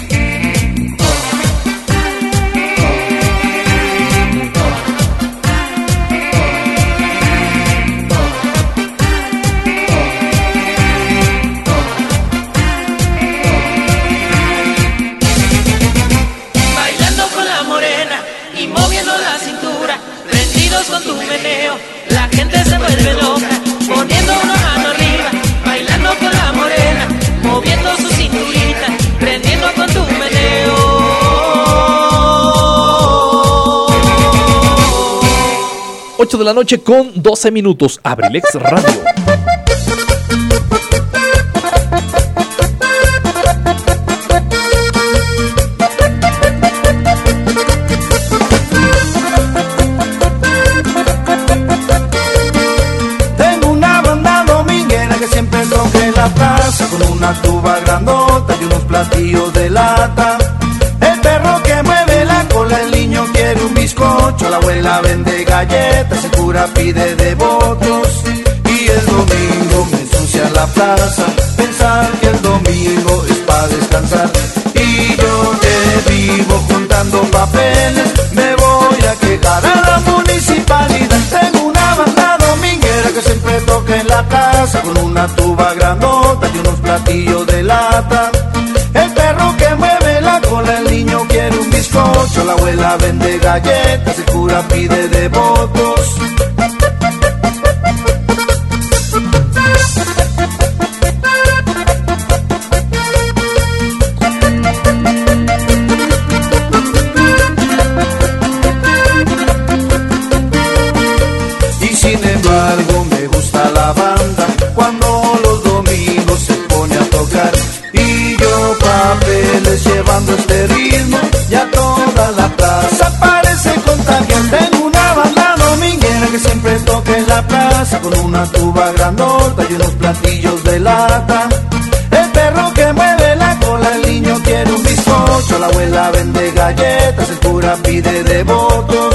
Bailando con la morena y moviendo la cintura, prendidos con tu meneo, la gente se vuelve loca, poniendo una mano arriba, bailando con la morena, moviendo su cinturita, prendiendo con tu meneo. 8 de la noche con 12 minutos. Abrilex Radio. Tengo una banda dominguera que siempre toca en la plaza, con una tuba grandota y unos platillos de lata. El perro que mueve la cola, el niño quiere un bizcocho, la abuela vende galletas, el cura pide devotos. Y el domingo me ensucia la plaza, pensar que el domingo es para descansar. Y yo que vivo juntando papeles, me voy a quejar a la municipalidad. Tengo una banda dominguera que siempre toca en la casa, con una tuba grandota y unos platillos de lata. El perro que mueve la cola, el niño quiere un bizcocho, la abuela vende galletas, el cura pide devotos. Y sin embargo me gusta la banda cuando los domingos se pone a tocar. Y yo papeles llevando este ritmo, ya toda la plaza parece contagiar. Tengo una banda dominguera que siempre toca en la plaza, con una tuba grandota y unos platillos de lata. El perro que mueve la cola, el niño quiere un bizcocho, la abuela vende galletas, el cura pide devotos.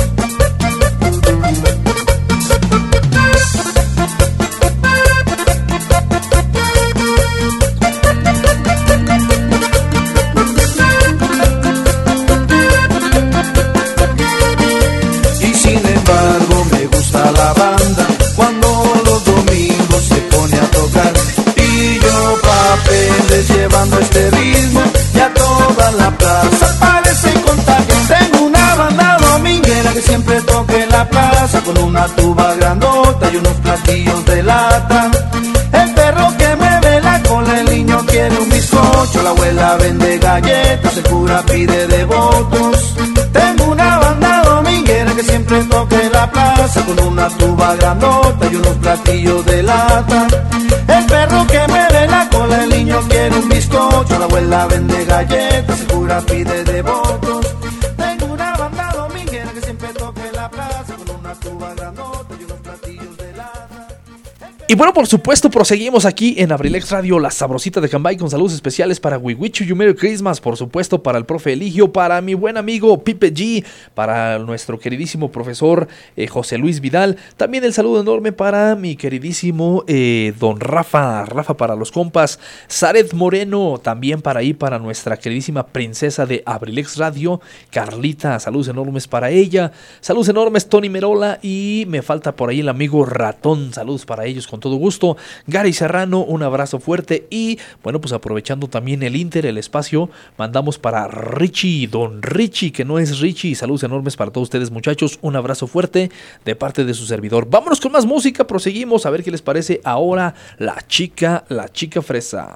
Y sin embargo me gusta la banda cuando los domingos se pone a tocar. Y yo papeles llevando este ritmo, ya toda la plaza parece contagiar. Tengo una banda dominguera que siempre toca en la plaza, con una tuba grandota y unos platillos de lata. El perro que mueve la cola, el niño quiere un bizcocho, la abuela vende galletas, el cura pide devotos. Tengo una banda dominguera que siempre toca en la plaza, con una tuba grandota y unos platillos de lata. El perro que mueve la cola, el niño quiere un bizcocho, la abuela vende galletas, el cura pide devotos. Tengo una banda dominguera que siempre toca en la plaza, con una tuba grandota y unos platillos de lata. Y bueno, por supuesto, proseguimos aquí en Abrilex Radio, la sabrosita de Cambay, con saludos especiales para We Wish You Merry Christmas, por supuesto, para el profe Eligio, para mi buen amigo Pipe G, para nuestro queridísimo profesor José Luis Vidal. También el saludo enorme para mi queridísimo don Rafa para los compas, Zaret Moreno, también para ahí, para nuestra queridísima princesa de Abrilex Radio, Carlita, saludos enormes para ella, saludos enormes Tony Merola, y me falta por ahí el amigo Ratón, saludos para ellos con todo gusto. Gary Serrano, un abrazo fuerte. Y bueno, pues aprovechando también el espacio, mandamos para Richie, don Richie, que no es Richie. Saludos enormes para todos ustedes, muchachos. Un abrazo fuerte de parte de su servidor. Vámonos con más música, proseguimos a ver qué les parece ahora la chica fresa.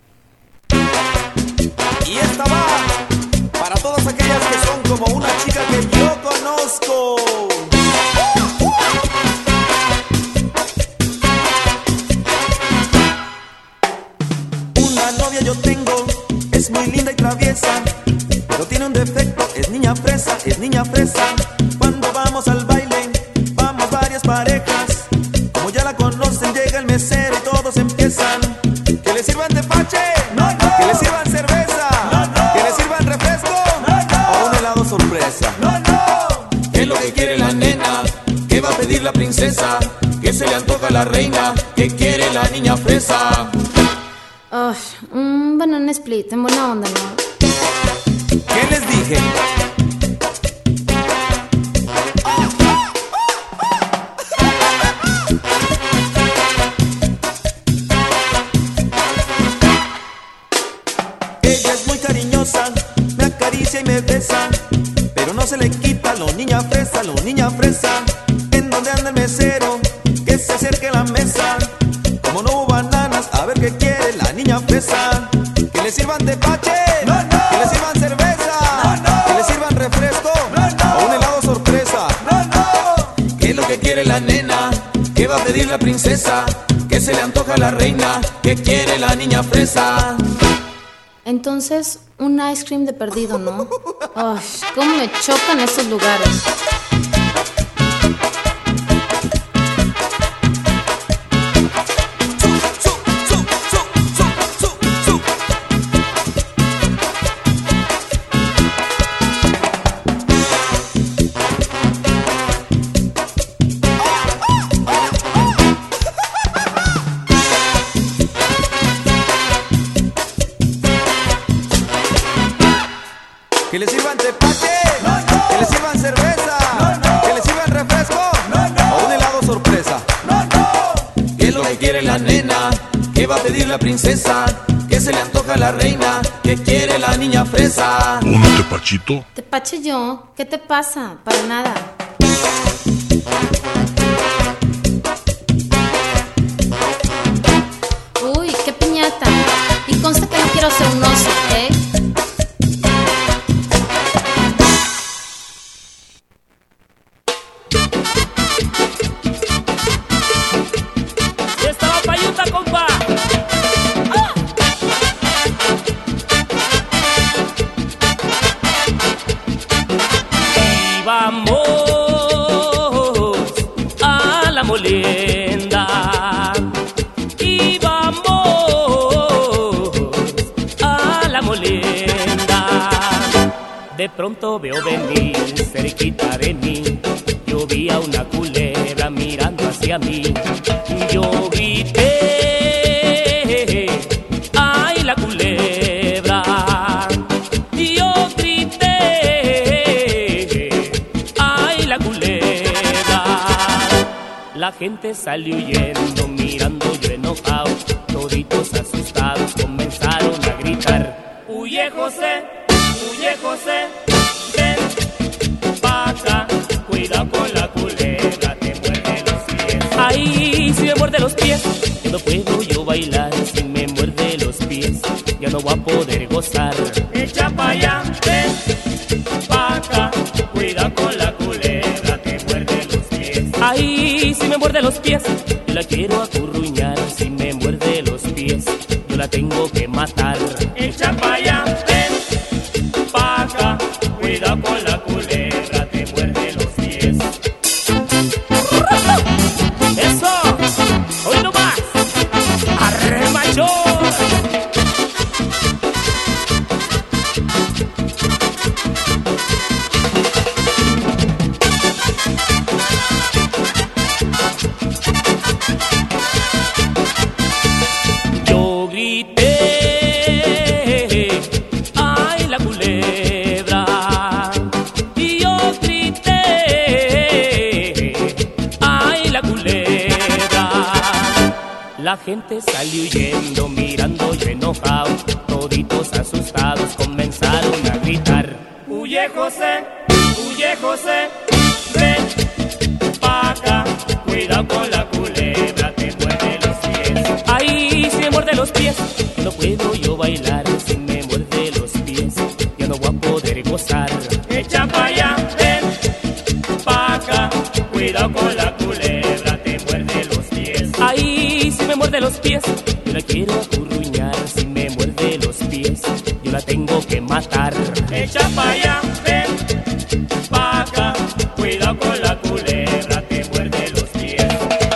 Y esta va para todas aquellas que son como una chica que yo conozco. Yo tengo, es muy linda y traviesa, pero tiene un defecto, es niña fresa, es niña fresa. Cuando vamos al baile, vamos varias parejas, como ya la conocen, llega el mesero y todos empiezan. Que le sirvan tepache, no, no. Que le sirvan cerveza, no, no. Que le sirvan refresco, no, no. O un helado sorpresa, no, no. ¿Qué es lo que quiere la nena? ¿Qué va a pedir la princesa? ¿Qué se le antoja a la reina? ¿Qué quiere la niña fresa? Banana split, en buena onda, ¿no? ¿Qué les dije? Ella es muy cariñosa, me acaricia y me besa, pero no se le quita lo niña fresa, lo niña fresa. ¿En dónde anda el mesero? Que se acerque a la mesa. Como no hubo bananas, a ver qué quiere la niña fresa. Que le sirvan tepache, no, no. Que le sirvan cerveza, no, no. Que le sirvan refresco, no, no. O un helado sorpresa, no, no. ¿Qué es lo que quiere la nena? ¿Qué va a pedir la princesa? ¿Qué se le antoja a la reina? ¿Qué quiere la niña fresa? Entonces, un ice cream de perdido, ¿no? Ay, cómo me chocan esos lugares. Que le sirvan tepache, no, no. Que le sirvan cerveza, no, no. Que le sirvan refresco, no, no. O un helado sorpresa, no, no. ¿Qué es lo que quiere la nena? ¿Qué va a pedir la princesa? ¿Qué se le antoja a la reina? ¿Qué quiere la niña fresa? ¿Un tepachito? ¿Tepache yo? ¿Qué te pasa? Para nada. Uy, qué piñata. Y consta que no quiero ser un oso, ¿eh? Y vamos a la molienda. De pronto veo venir cerquita de mí, yo vi a una culebra mirando hacia mí. Yo grité, ¡ay, la culebra! Yo grité, ¡ay, la culebra! La gente salió huyendo, mirando yo enojado. Toditos asustados comenzaron a gritar: ¡Huye, José! ¡Huye, José! ¡Ven pa' acá! Cuidado con la culebra, te muerde los pies. ¡Ay, si me muerde los pies! Ya no puedo yo bailar, si me muerde los pies ya no voy a poder gozar. Echa pa' allá, ven pa' acá. Cuidado con la culebra, te muerde los pies. ¡Ay, si me muerde los pies! Yo la quiero acurruñar, si me muerde los pies yo la tengo que matar. Echa pa' allá, ven pa' acá. Cuidado con la culebra, te muerde los pies. ¡Eso! ¡Hoy no más! gente salió huyendo, mirando y enojado. Toditos asustados comenzaron a gritar: huye José, ven pa' acá. Cuidado con la culebra, te muerde los pies. Ay, si me muerde los pies, no puedo yo bailar. Si me muerde los pies, ya no voy a poder gozar. Echa pa' allá, ven pa' acá. Cuidado con la culebra, te muerde los pies. Ay, si me muerde los pies, yo la quiero acurruñar. Si me muerde los pies, yo la tengo que matar. Echa pa' allá, ven pa' acá. Cuidado con la culebra, te muerde los pies.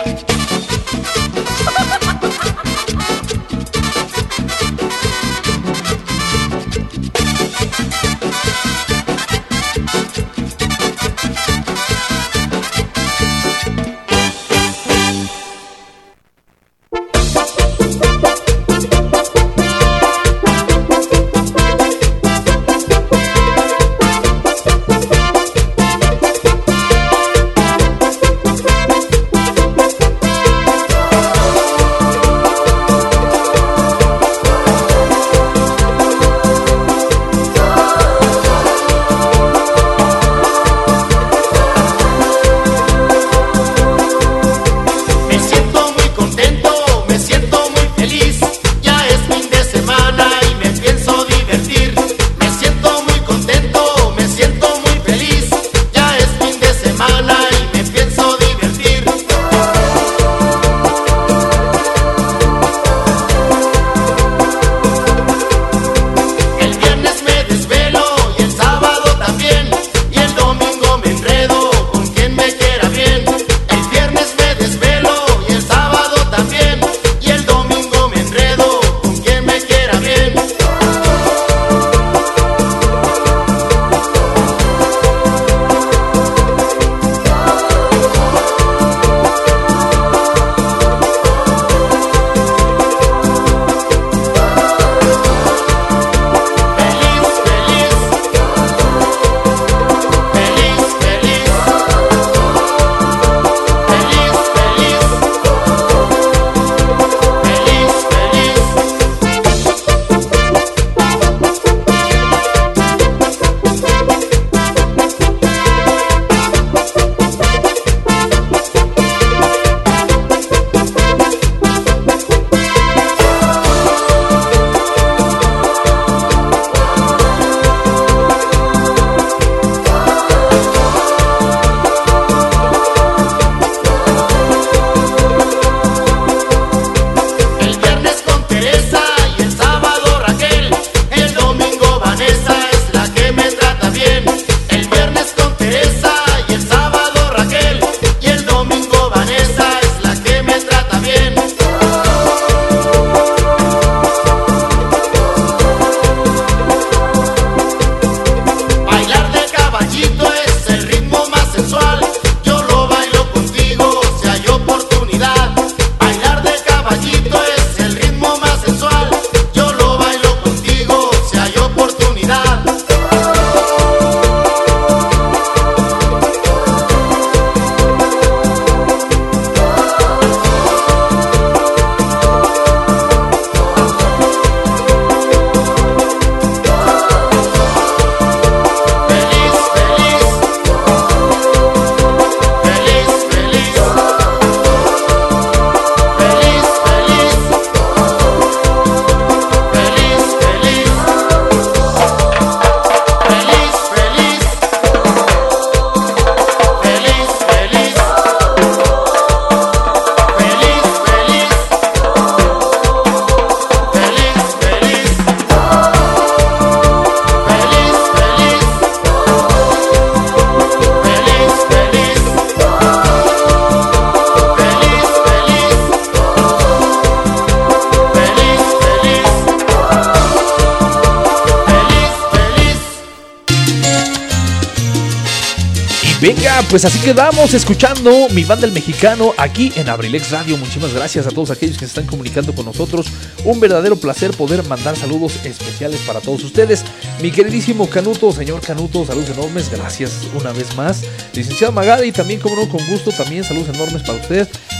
Venga, pues así quedamos escuchando Mi Banda el Mexicano aquí en Abrilex Radio. Muchísimas gracias a todos aquellos que se están comunicando con nosotros. Un verdadero placer poder mandar saludos especiales para todos ustedes. Mi queridísimo Canuto, señor Canuto, saludos enormes, gracias una vez más. Licenciado Magada y también, como no, con gusto, también saludos enormes para usted.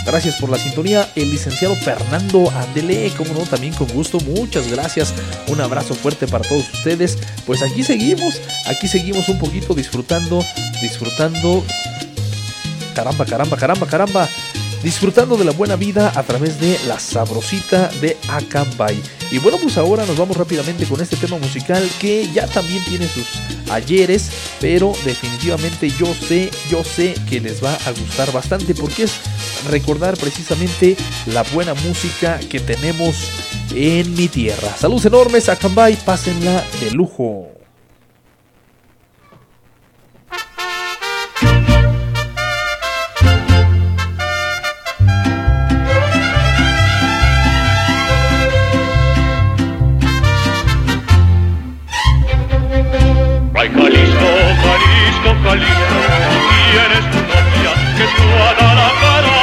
Gracias por la sintonía, el licenciado Fernando Andele, como no, también con gusto, muchas gracias, un abrazo fuerte para todos ustedes. Pues aquí seguimos un poquito disfrutando, caramba, disfrutando de la buena vida a través de la sabrosita de Acambay. Y bueno, pues ahora nos vamos rápidamente con este tema musical que ya también tiene sus ayeres, pero definitivamente yo sé que les va a gustar bastante porque es recordar precisamente la buena música que tenemos en mi tierra. Saludos enormes, Acambay, pásenla de lujo. Ay, Jalisco, tienes tu novia que es tu Guadalajara.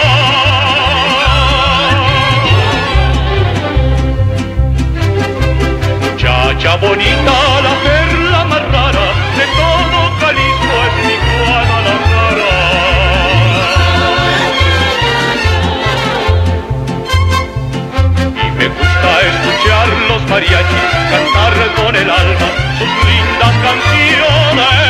Muchacha bonita, la perla más rara de todo Jalisco es mi Guadalajara. Y me gusta escuchar los mariachis cantar con el alma sus lindas canciones.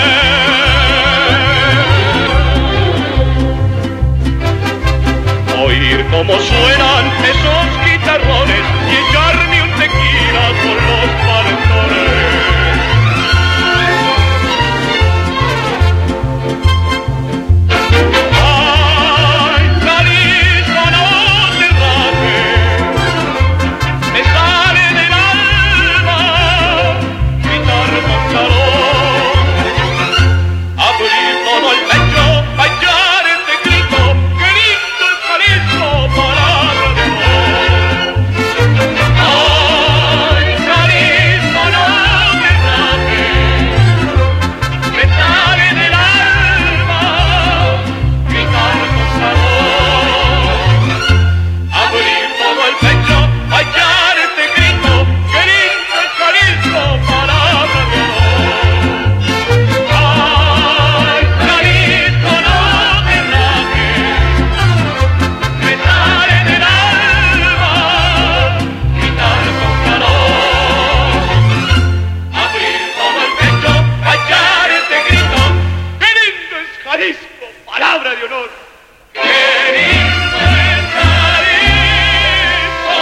Oír cómo suenan esos guitarrones y echarme un tequila con los valentones. Ay, Jalisco, no te rajes, me sale del alma gritar con calor, abrir todo el pecho, hallar este grito, que lindo es Jalisco, palabra de amor. Ay, Jalisco, no te rajes, me sale del alma gritar con calor, abrir todo el pecho, hallar este grito, que lindo es Jalisco, palabra de amor. Ay, Jalisco, no te rajes, me sale del alma gritar con calor, abrir todo el pecho, hallar este grito, que lindo es Jalisco, palabra de honor. ¡Qué lindo es Jalisco!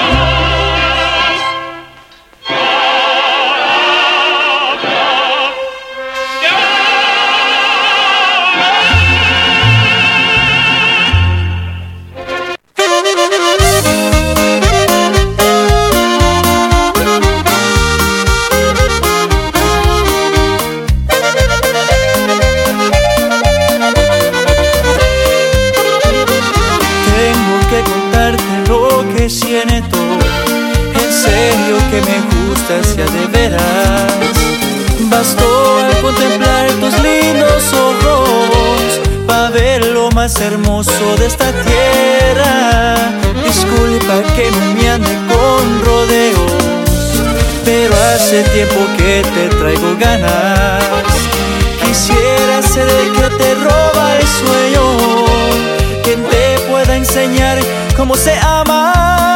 Tengo que contarte lo que siento, en serio que me gustas ya de veras. Bastó al contemplar tus lindos ojos pa' ver lo más hermoso de esta tierra. Disculpa que no me ande con rodeos, pero hace tiempo que te traigo ganas. Quisiera ser el que te roba el sueño, quien te pueda enseñar cómo se ama.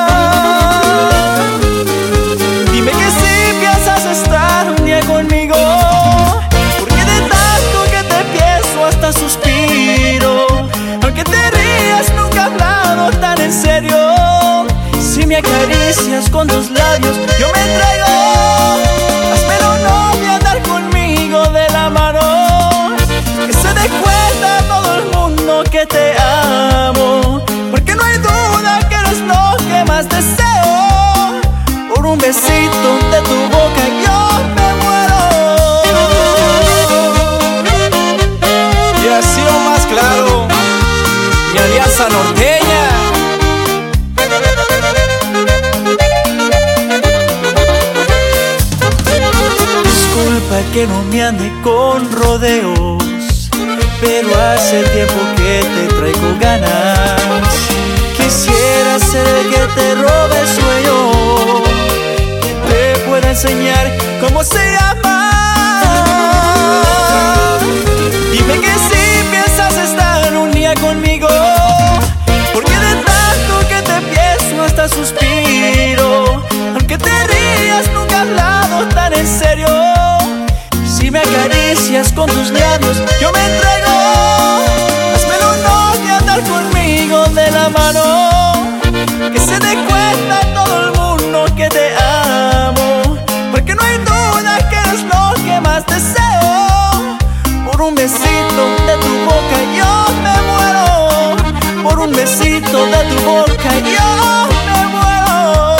Dime que si piensas estar un día conmigo, porque de tanto que te pienso hasta suspiro. Aunque te rías, nunca he hablado tan en serio. Si me acaricias con tus labios, yo me entrego. Hazmelo novia, andar conmigo de la mano, que se dé cuenta todo el mundo que te amo, porque no hay duda que eres lo que más deseo. Por un besito de tu boca yo me muero. Y así lo más claro, mi alianza norteña. Disculpa que no me ande con rodeos, pero hace tiempo que te traigo ganas. Quisiera ser el que te robe el sueño, que te pueda enseñar cómo se llama. Dime que si piensas estar un día conmigo, porque de tanto suspiro. Aunque te rías, nunca he hablado tan en serio. Si me acaricias con tus labios, yo me entrego. Hazme el honor de andar conmigo de la mano. Que se dé cuenta todo el mundo que te amo. Porque no hay duda que eres lo que más deseo. Por un besito de tu boca yo me muero. Por un besito de tu boca yo me muero.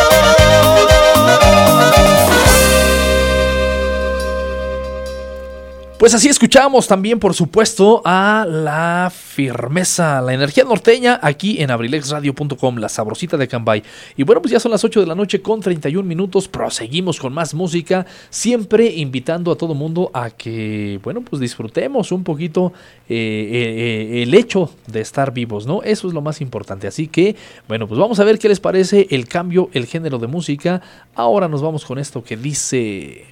Pues así escuchamos también, por supuesto, a La Firmeza, la energía norteña, aquí en abrilexradio.com, la sabrosita de Cambay. Y bueno, pues ya son las 8 de la noche con 31 minutos, proseguimos con más música, siempre invitando a todo mundo a que, bueno, pues disfrutemos un poquito el hecho de estar vivos, ¿no? Eso es lo más importante. Así que, bueno, pues vamos a ver qué les parece el cambio, el género de música. Ahora nos vamos con esto que dice...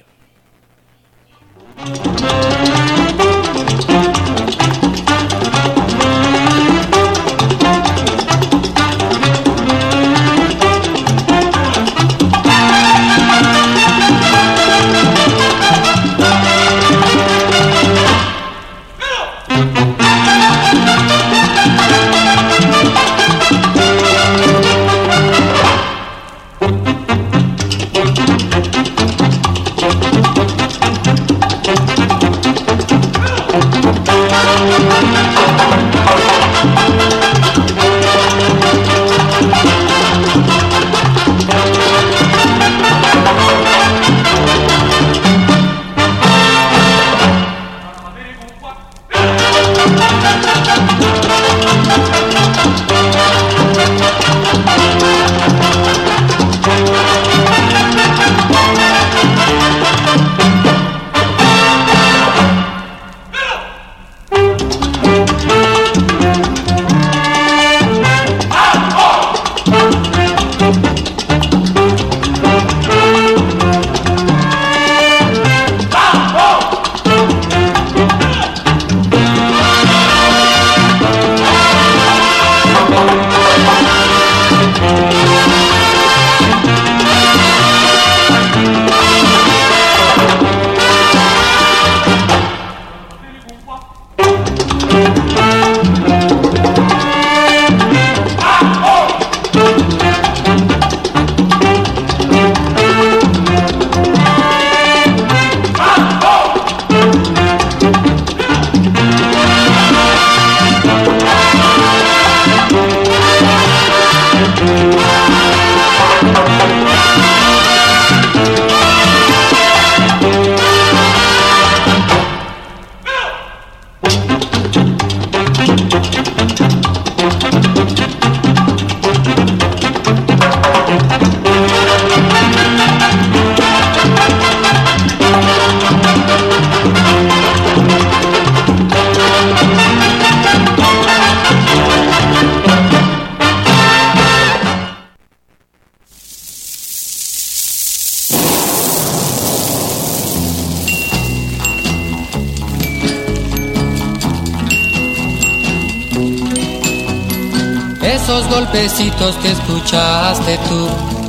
Esos golpecitos que escuchaste tú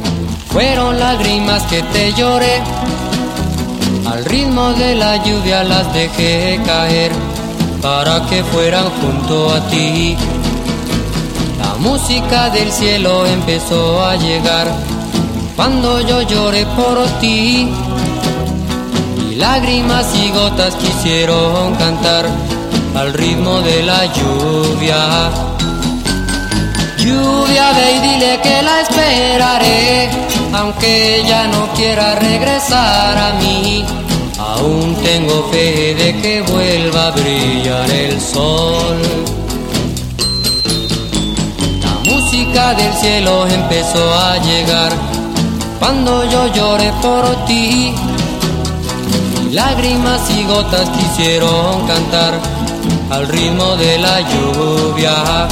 fueron lágrimas que te lloré. Al ritmo de la lluvia las dejé caer para que fueran junto a ti. La música del cielo empezó a llegar cuando yo lloré por ti. Y lágrimas y gotas quisieron cantar al ritmo de la lluvia. Lluvia, ve y dile que la esperaré, aunque ella no quiera regresar a mí. Aún tengo fe de que vuelva a brillar el sol. La música del cielo empezó a llegar cuando yo lloré por ti. Y lágrimas y gotas quisieron cantar al ritmo de la lluvia.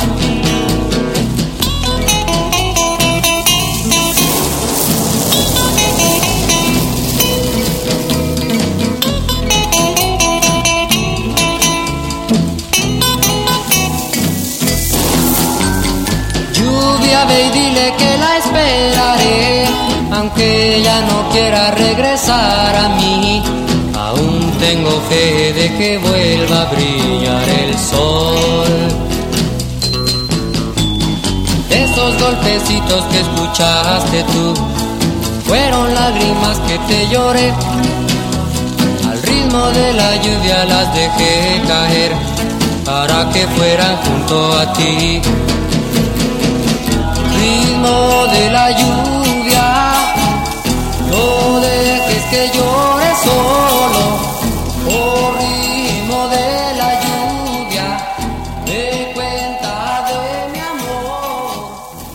Ve y dile que la esperaré, aunque ella no quiera regresar a mí. Aún tengo fe de que vuelva a brillar el sol. Esos golpecitos que escuchaste tú fueron lágrimas que te lloré. Al ritmo de la lluvia las dejé caer para que fueran junto a ti. Ritmo de la lluvia, no dejes que llore solo. Oh, ritmo de la lluvia, me cuenta de mi amor.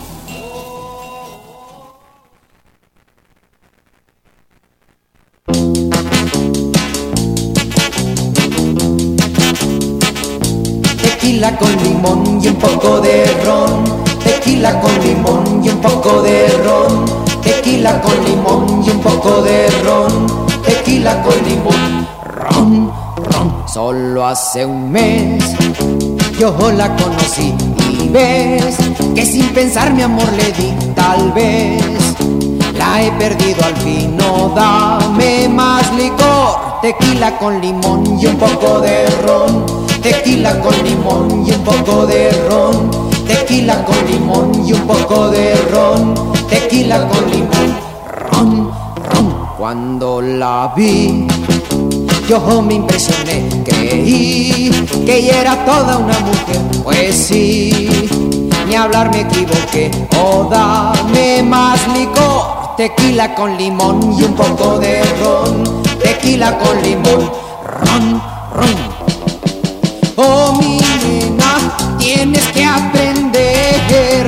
Tequila con limón y un poco de ron. Tequila con limón y un poco de ron. Tequila con limón y un poco de ron. Tequila con limón, ron, ron. Solo hace un mes yo la conocí y ves que sin pensar mi amor le di. Tal vez la he perdido al fin, no, dame más licor. Tequila con limón y un poco de ron. Tequila con limón y un poco de ron. Tequila con limón y un poco de ron. Tequila con limón, ron, ron. Cuando la vi, yo me impresioné. Creí que ella era toda una mujer. Pues sí, ni hablar me equivoqué. Oh, dame más licor. Tequila con limón y un poco de ron. Tequila con limón, ron, ron. Oh, mi nena, tienes que aprender.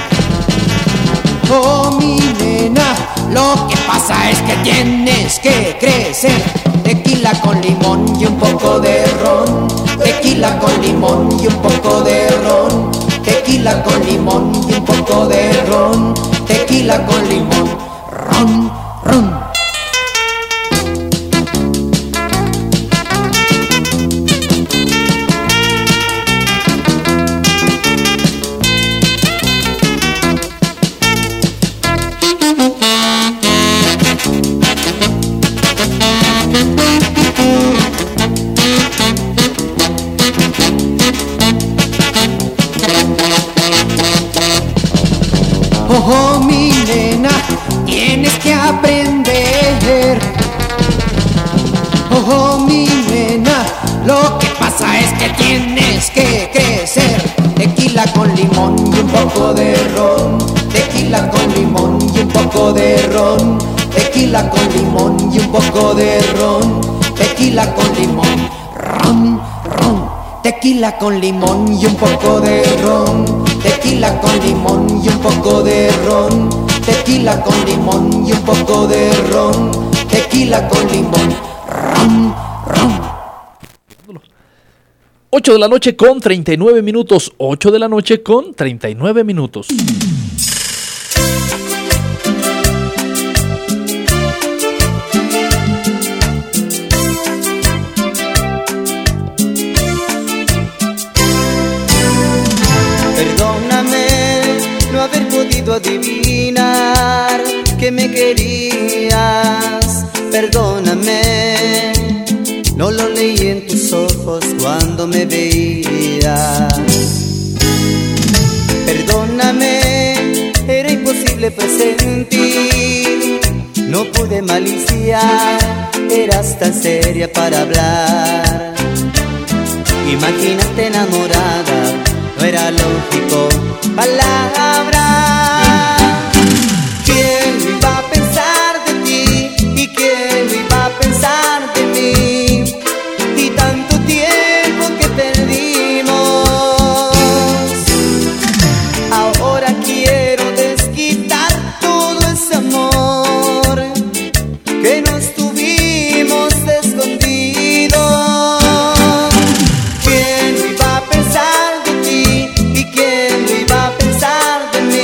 Oh, mi nena, lo que pasa es que tienes que crecer. Tequila con limón y un poco de ron. Tequila con limón y un poco de ron. Tequila con limón y un poco de ron. Tequila con limón, ron, ron. Oh, mi nena, tienes que aprender. Oh, mi nena, lo que pasa es que tienes que crecer. Tequila con limón y un poco de ron. Tequila con limón y un poco de ron. Tequila con limón y un poco de ron. Tequila con limón, ron, ron. Tequila con limón y un poco de ron. Tequila con limón y un poco de ron. Tequila con limón y un poco de ron. Tequila con limón, ron, ron. 8 de la noche con 39 minutos. 8 de la noche con 39 minutos. Perdóname no haber podido adivinar que me querías. Perdóname, no lo leí en tus ojos cuando me veías. Perdóname, era imposible presentir. No pude maliciar, eras tan seria para hablar. Imagínate enamorada, no era lógico, palabra. ¿Quién lo iba a pensar de ti? ¿Y quién lo iba a pensar de mí? Y tanto tiempo que perdimos. Ahora quiero desquitar todo ese amor que nos tuvimos escondido. ¿Quién lo iba a pensar de ti? ¿Y quién lo iba a pensar de mí?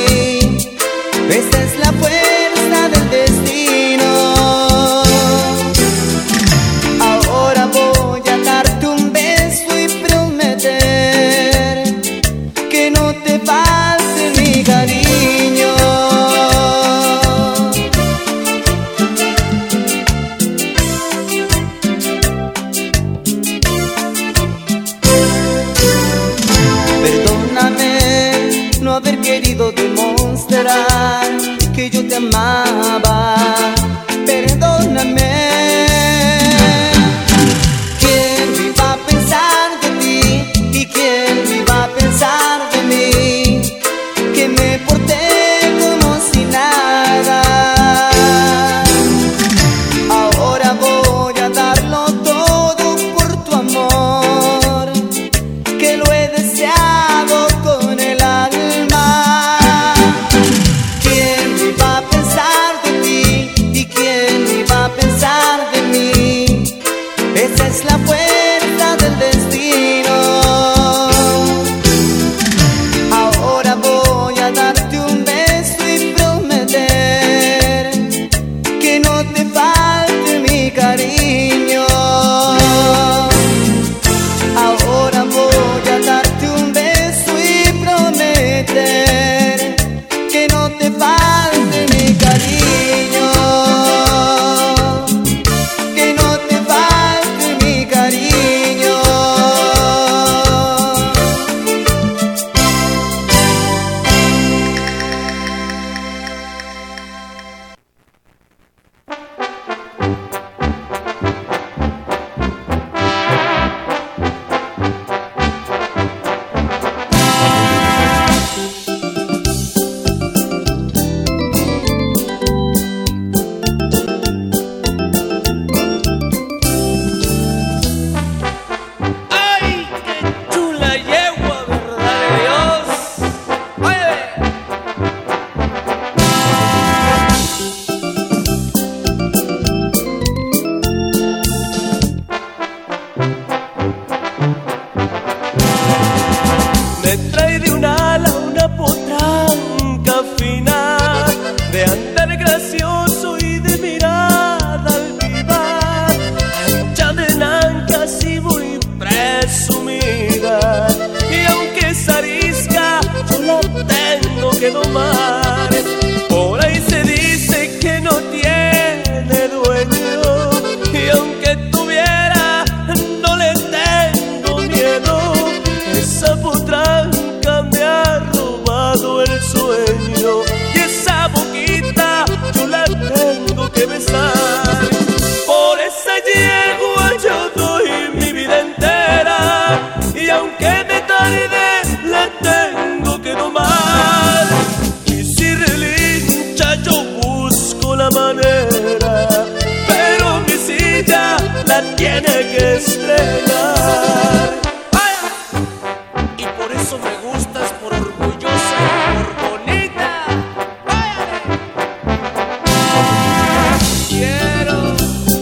tiene que estrenar. ¡Vaya! Y por eso me gustas, por orgullosa, por bonita. ¡Váyale! Quiero.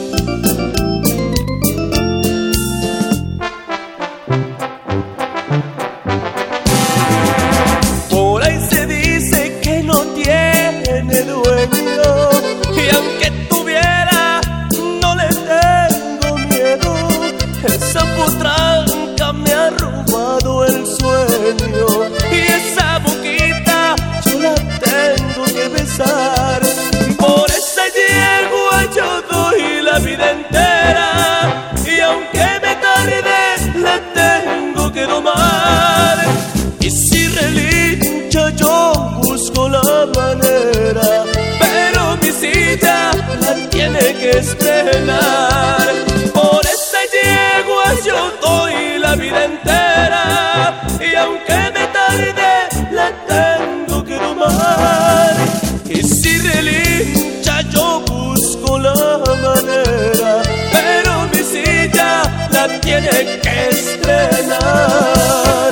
Por ahí se dice que no tiene dueño, y aunque tuviera, no le tengo miedo. Esa potranca me ha robado el sueño, y esa boquita yo la tengo que besar. Por esa yegua yo doy la vida entera, y aunque me tarde, la tengo que domar. Y si relincha yo busco la manera, pero mi silla la tiene que estrenar. Por esa yegua yo doy la vida entera, y aunque me tarde, la tengo que domar. Y si relincha yo busco la manera, pero mi silla la tiene que estrenar.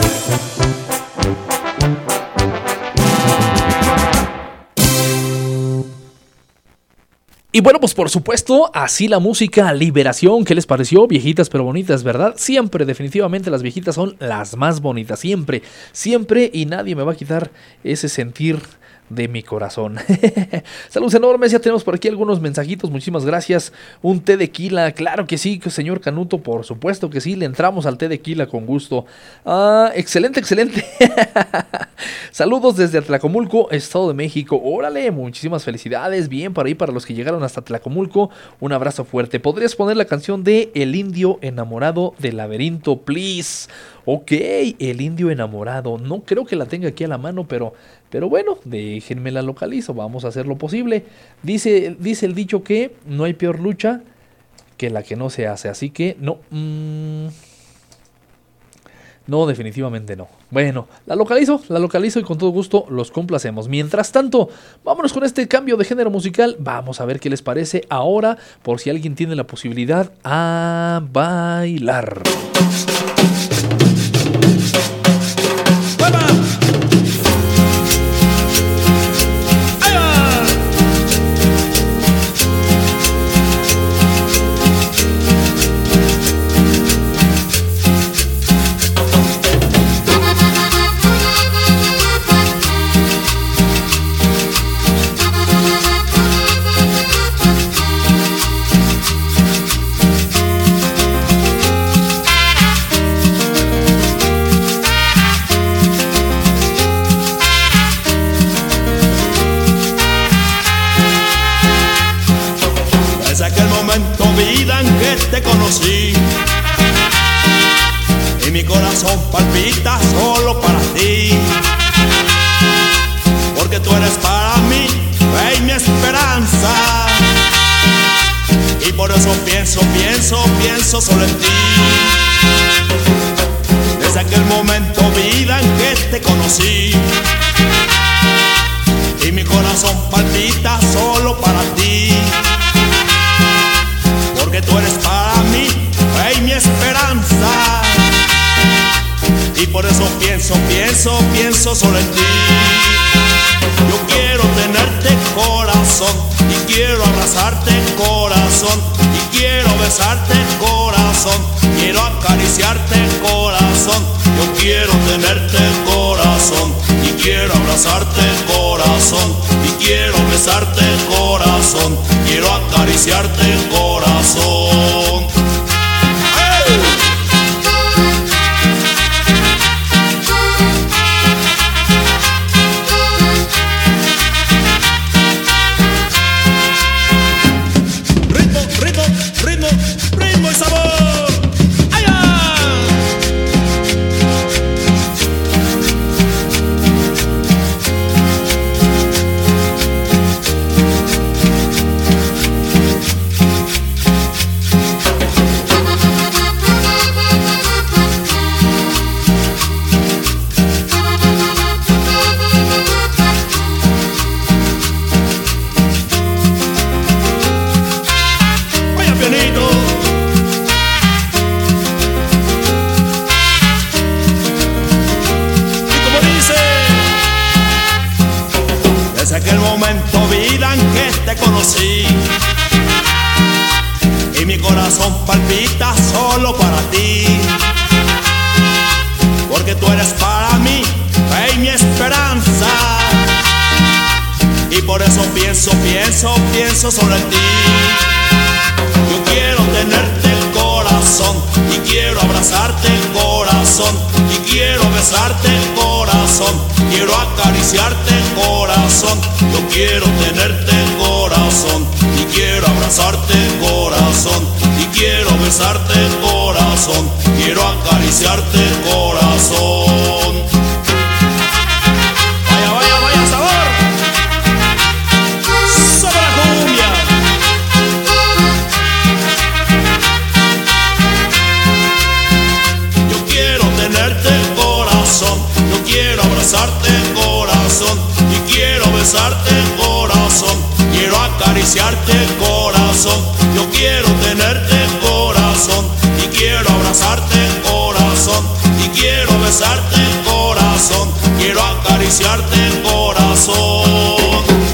Y bueno, pues por supuesto, así la música Liberación. ¿Qué les pareció? Viejitas pero bonitas, ¿verdad? Siempre, definitivamente las viejitas son las más bonitas. Siempre, siempre, y nadie me va a quitar ese sentir de mi corazón. Saludos enormes, ya tenemos por aquí algunos mensajitos, muchísimas gracias. Un té de quila, claro que sí, señor Canuto, por supuesto que sí, le entramos al té de quila con gusto. Excelente, excelente. Saludos desde Tlacomulco, Estado de México. Órale, muchísimas felicidades, bien por ahí para los que llegaron hasta Tlacomulco, un abrazo fuerte. ¿Podrías poner la canción de El Indio Enamorado del Laberinto, please? Ok, El Indio Enamorado, no creo que la tenga aquí a la mano, pero bueno, déjenme la localizo, vamos a hacer lo posible. Dice el dicho que no hay peor lucha que la que no se hace, así que no, no, definitivamente no. Bueno, la localizo y con todo gusto los complacemos. Mientras tanto, vámonos con este cambio de género musical, vamos a ver qué les parece ahora, por si alguien tiene la posibilidad, a bailar. Te conocí y mi corazón palpita solo para ti, porque tú eres para mí, fe y mi esperanza, y por eso pienso solo en ti. Desde aquel momento, vida, en que te conocí y mi corazón palpita solo para ti, porque tú eres para mí, fe y mi esperanza, y por eso pienso solo en ti. Yo quiero tenerte corazón, y quiero abrazarte corazón, y quiero besarte corazón, quiero acariciarte corazón. Yo quiero tenerte corazón, y quiero abrazarte corazón, y quiero besarte corazón, quiero acariciarte corazón. ¡Hey! Ritmo y sabor. cuento vida en que te conocí y mi corazón palpita solo para ti, porque tú eres para mí fe y mi esperanza, y por eso pienso solo en ti. Yo quiero tenerte el corazón y quiero abrazarte el corazón y quiero besarte el corazón, quiero acariciarte el corazón. Yo quiero tenerte el corazón y quiero abrazarte el corazón y quiero besarte el corazón, quiero acariciarte el corazón. Vaya, vaya, vaya sabor. Sobre la cumbia. Yo quiero tenerte el corazón, yo quiero abrazarte el corazón y quiero besarte el corazón, quiero acariciarte el corazón. Yo quiero tenerte el corazón y quiero abrazarte el corazón y quiero besarte el corazón, quiero acariciarte el corazón.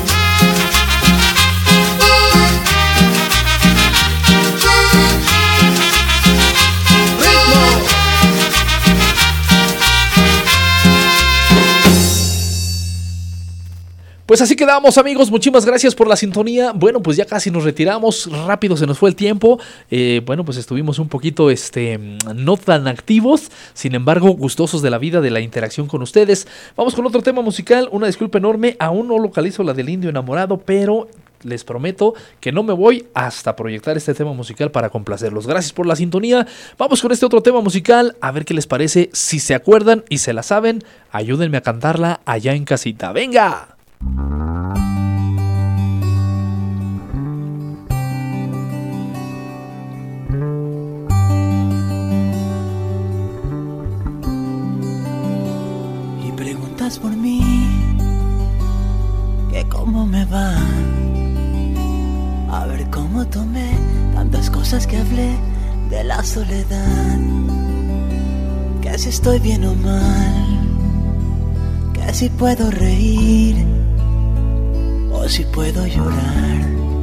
Pues así quedamos, amigos, muchísimas gracias por la sintonía. Bueno, pues ya casi nos retiramos, rápido se nos fue el tiempo. Bueno, pues estuvimos un poquito no tan activos, sin embargo gustosos de la vida, de la interacción con ustedes. Vamos con otro tema musical, una disculpa enorme, aún no localizo la del Indio Enamorado, pero les prometo que no me voy hasta proyectar este tema musical para complacerlos. Gracias por la sintonía. Vamos con este otro tema musical, a ver qué les parece. Si se acuerdan y se la saben, ayúdenme a cantarla allá en casita. ¡Venga! Y preguntas por mí, que cómo me va, a ver cómo tomé tantas cosas que hablé de la soledad, que si estoy bien o mal, que si puedo reír o si puedo llorar.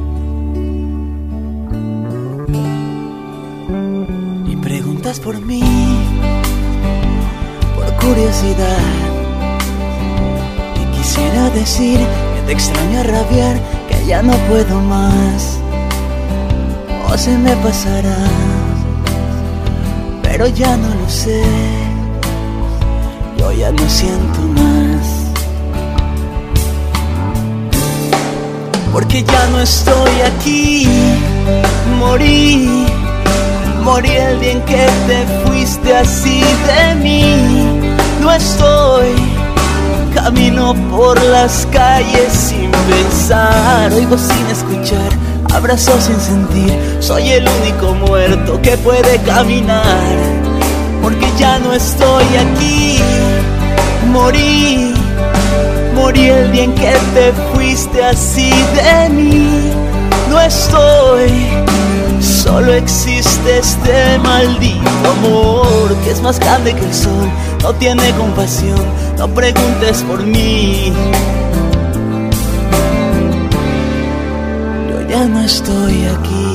Y preguntas por mí, por curiosidad, y quisiera decir que te extraño a rabiar, que ya no puedo más, o se me pasará, pero ya no lo sé, yo ya no siento más. Porque ya no estoy aquí, morí el día en que te fuiste así de mí. No estoy, camino por las calles sin pensar, oigo sin escuchar, abrazo sin sentir, soy el único muerto que puede caminar. Porque ya no estoy aquí, morí el día en que te fuiste así de mí. No estoy, solo existe este maldito amor que es más grande que el sol, no tiene compasión, no preguntes por mí. Yo ya no estoy aquí.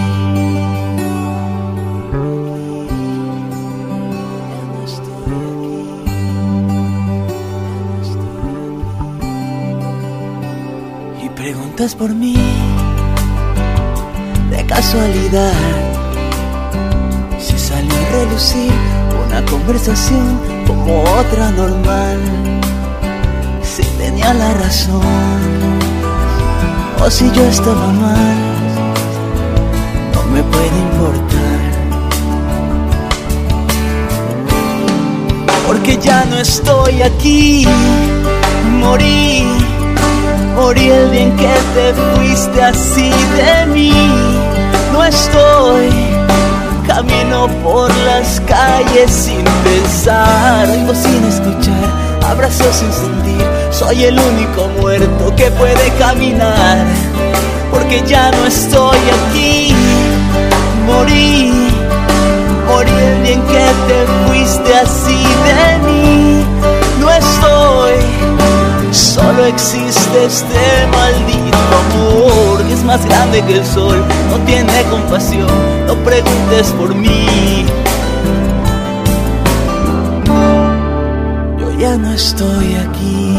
Preguntas por mí, de casualidad, si salió a relucir una conversación como otra normal, si tenía la razón o si yo estaba mal, no me puede importar. Porque ya no estoy aquí, morí el día en que te fuiste así de mí. No estoy, camino por las calles sin pensar, oigo sin escuchar, abrazo sin sentir, soy el único muerto que puede caminar. Porque ya no estoy aquí, morí el día en que te fuiste así de mí. No estoy, Solo existe este maldito amor que es más grande que el sol, no tiene compasión, no preguntes por mí. Yo ya no estoy aquí.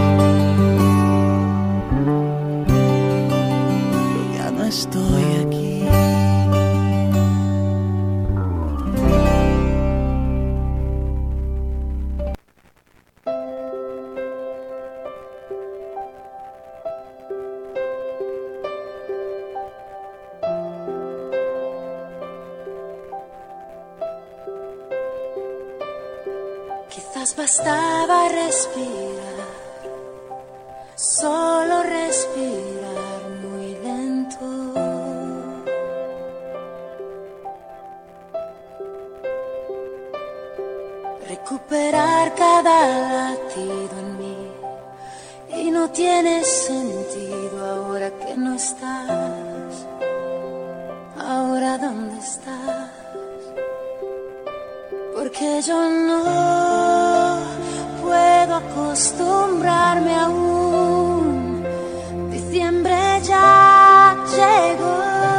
Yo ya no estoy aquí. Quizás bastaba respirar, solo respirar muy lento. Recuperar cada latido en mí y no tiene sentido ahora que no estás. Ahora ¿dónde estás? Porque yo no puedo acostumbrarme aún. Diciembre ya llegó.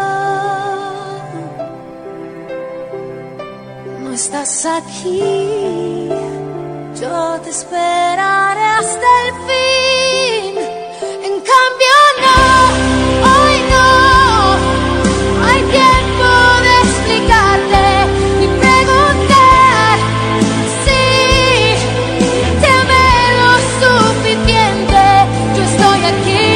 No estás aquí, yo te esperaré hasta el fin. En cambio no, hoy no hay tiempo de explicarte ni preguntar si te amé lo suficiente. Yo estoy aquí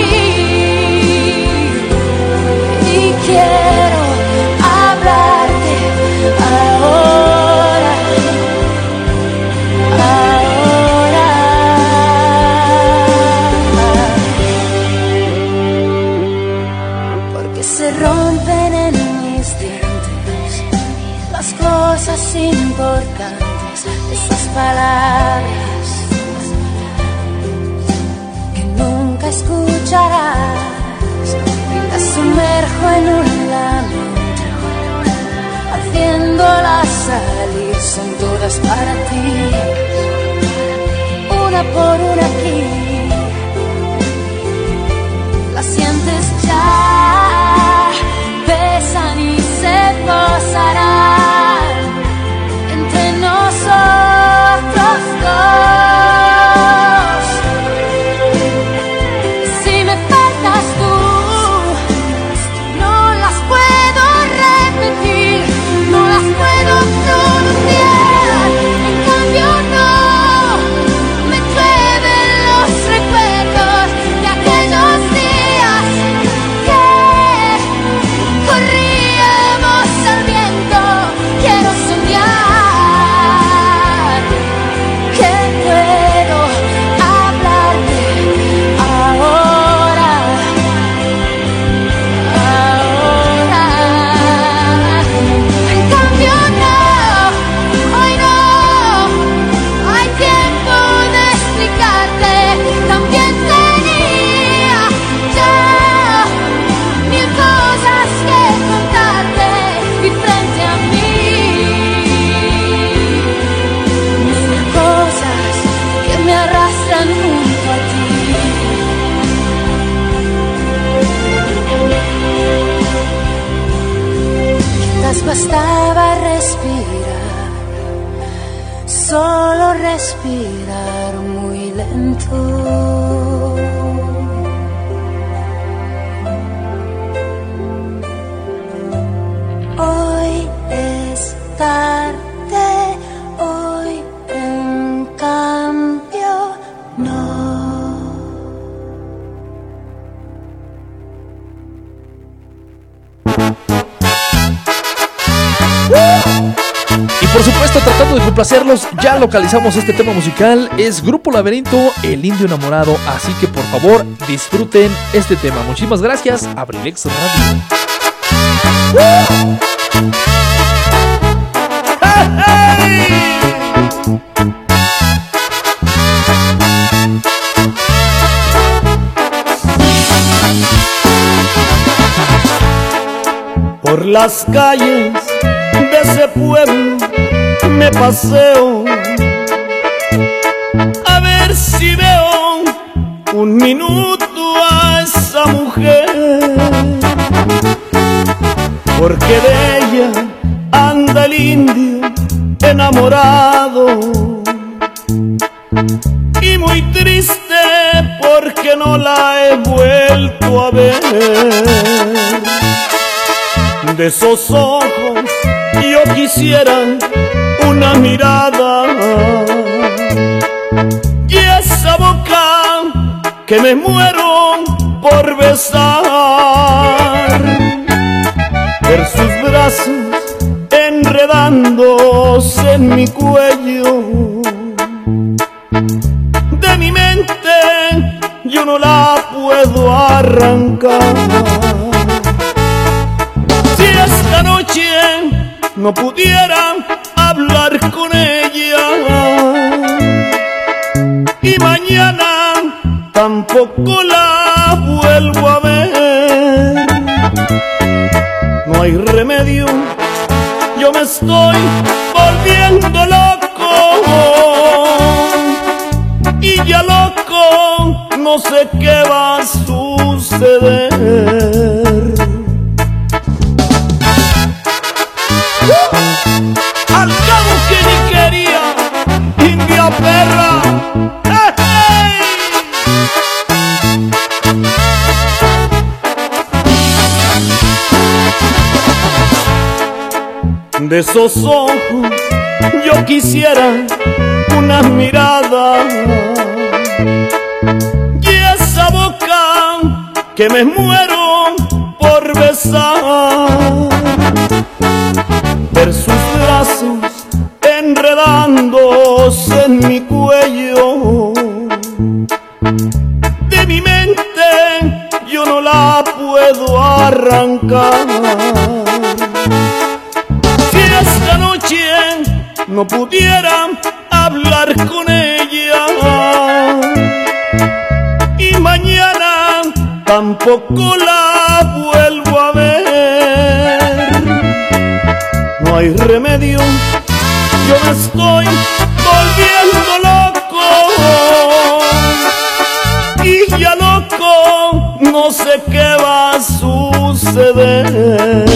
y quiero hablarte ahora, porque se rompen en mis dientes las cosas importantes, esas palabras que nunca escucharás. Las sumerjo en un lamento, haciéndolas salir, son todas para ti, una por una aquí. Las sientes ya, pesan y se posarán entre nosotros dos. Si me faltas tú, no las puedo repetir, no las puedo pronunciar. En cambio no, me llueven los recuerdos de aquellos días que corríamos al viento. Quiero soñar que puedo hablarte ahora, ahora. En cambio no, hoy no hay tiempo de explicarte. También tenía ya mil cosas que contarte y frente a mí mil cosas que me arrastran junto a ti. Quizás bastaba respirar, solo respirar muy lento. Hoy es tarde, hoy en cambio no. Y por supuesto, tratando de complacerlos, ya localizamos este tema musical. Es Grupo Laberinto, El Indio Enamorado. Así que por favor, disfruten este tema. Muchísimas gracias, Abrilex Radio. Por las calles de ese pueblo me paseo a ver si veo un minuto a esa mujer, porque de ella anda el indio enamorado y muy triste porque no la he vuelto a ver. De esos ojos yo quisiera una mirada y esa boca que me muero por besar, ver sus brazos enredándose en mi cuello. De mi mente yo no la puedo arrancar. Si esta noche no pudiera hablar con ella y mañana tampoco la vuelvo a ver, no hay remedio, yo me estoy volviendo loco y ya loco no sé qué va a suceder. Al cabo que ni quería, india perra. De esos ojos yo quisiera una mirada y esa boca que me muero por besar, ver sus brazos enredándose en mi cuello. De mi mente yo no la puedo arrancar. Si esta noche no pudiera hablar con ella y mañana tampoco la vuelvo a ver, no hay remedio, yo me estoy volviendo loco y ya loco no sé qué va a suceder.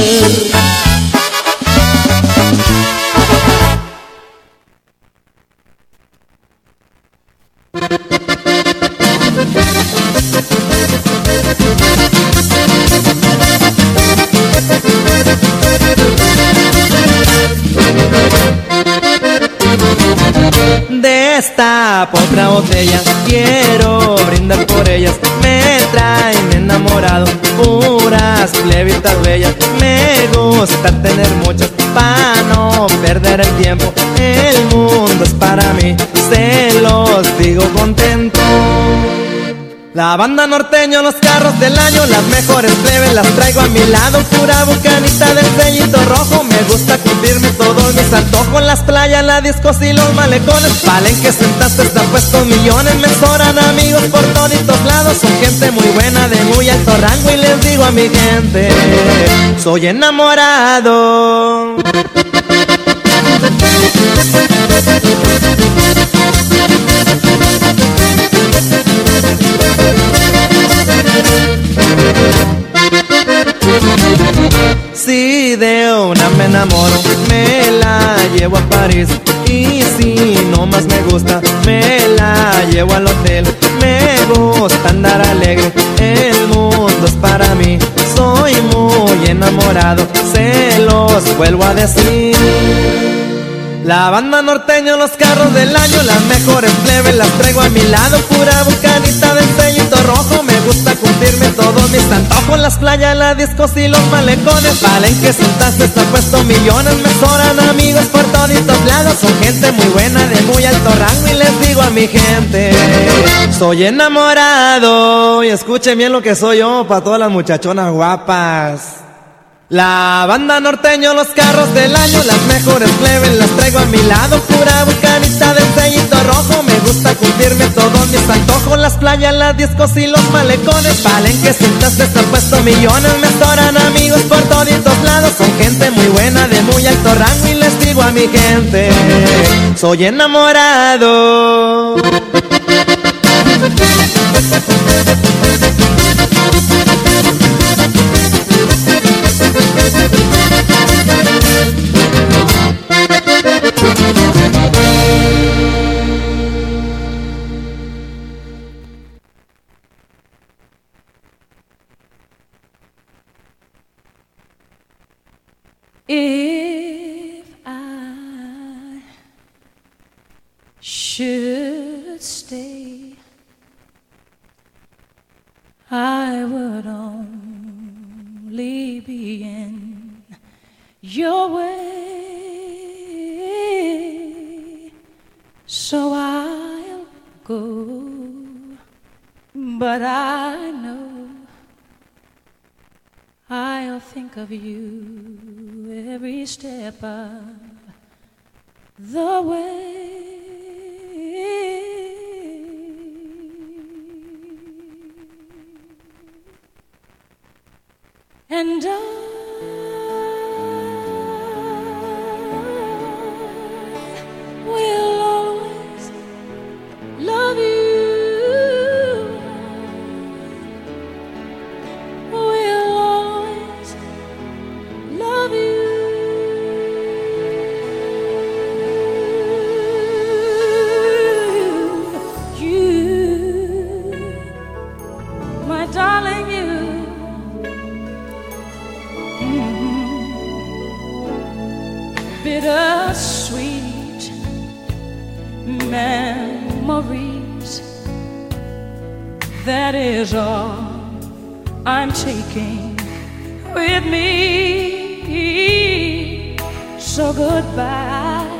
Destapo otra botella, quiero brindar por ellas. Me traen enamorado, puras plebitas bellas. Me gusta tener muchas, para no perder el tiempo. El mundo es para mí, se los digo contento. La banda norteño, los carros del año, las mejores plebes las traigo a mi lado. Pura bucanita del sellito rojo, me gusta cumplirme todos mis antojos. Las playas, las discos y los malecones, palenques sentaste están puestos millones. Me sobran amigos por toditos lados, son gente muy buena de muy alto rango. Y les digo a mi gente, soy enamorado. Si de una me enamoro, me la llevo a París. Y si no más me gusta, me la llevo al hotel. Me gusta andar alegre, el mundo es para mí. Soy muy enamorado, se los vuelvo a decir. La banda norteño, los carros del año, las mejores plebes las traigo a mi lado. Pura bucanita del sellito rojo, me gusta cumplirme todos mis antojos. Las playas, las discos y los malecones, palenques sentaste están puestos millones. Me sobran amigos por toditos lados, son gente muy buena de muy alto rango. Y les digo a mi gente, soy enamorado. Y escuchen bien lo que soy yo, para todas las muchachonas guapas. La banda norteño, los carros del año, las mejores plebes las traigo a mi lado. Pura bucanita del sellito rojo, me gusta cumplirme todos mis antojos. Las playas, las discos y los malecones, palenques sentaste están puestos millones. Me sobran amigos por toditos lados, son gente muy buena de muy alto rango. Y les digo a mi gente, soy enamorado. If I should stay, I would only be in your way, so I'll go, but I know I'll think of you every step of the way. And I will always love you. Bittersweet memories, that is all I'm taking with me. So goodbye,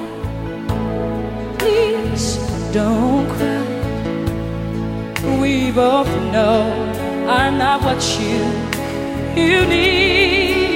please don't cry. We both know I'm not what you need.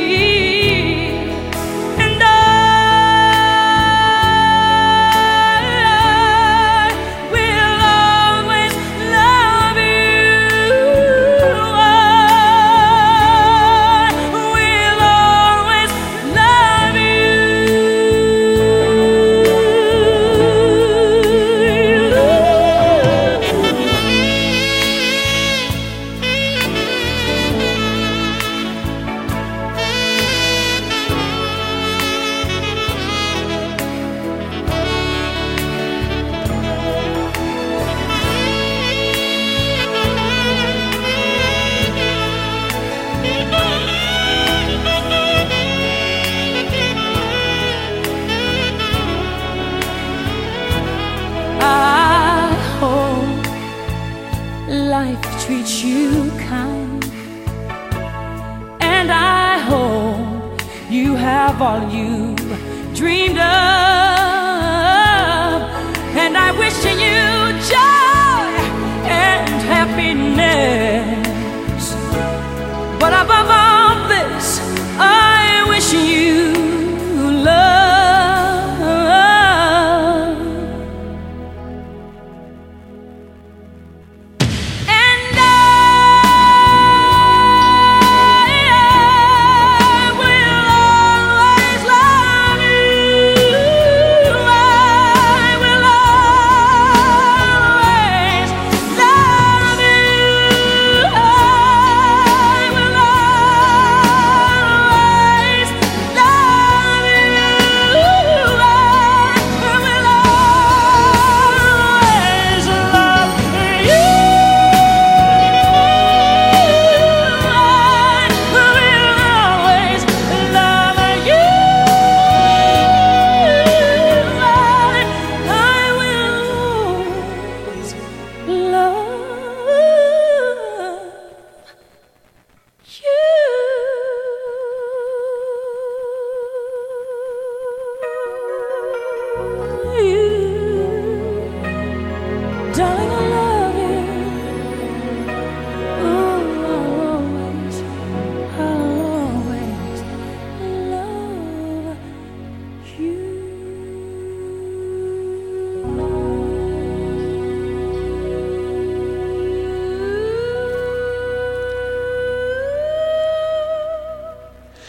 Treat you kind, and I hope you have all you dreamed of, and I wish you joy and happiness, but above all this I wish you love.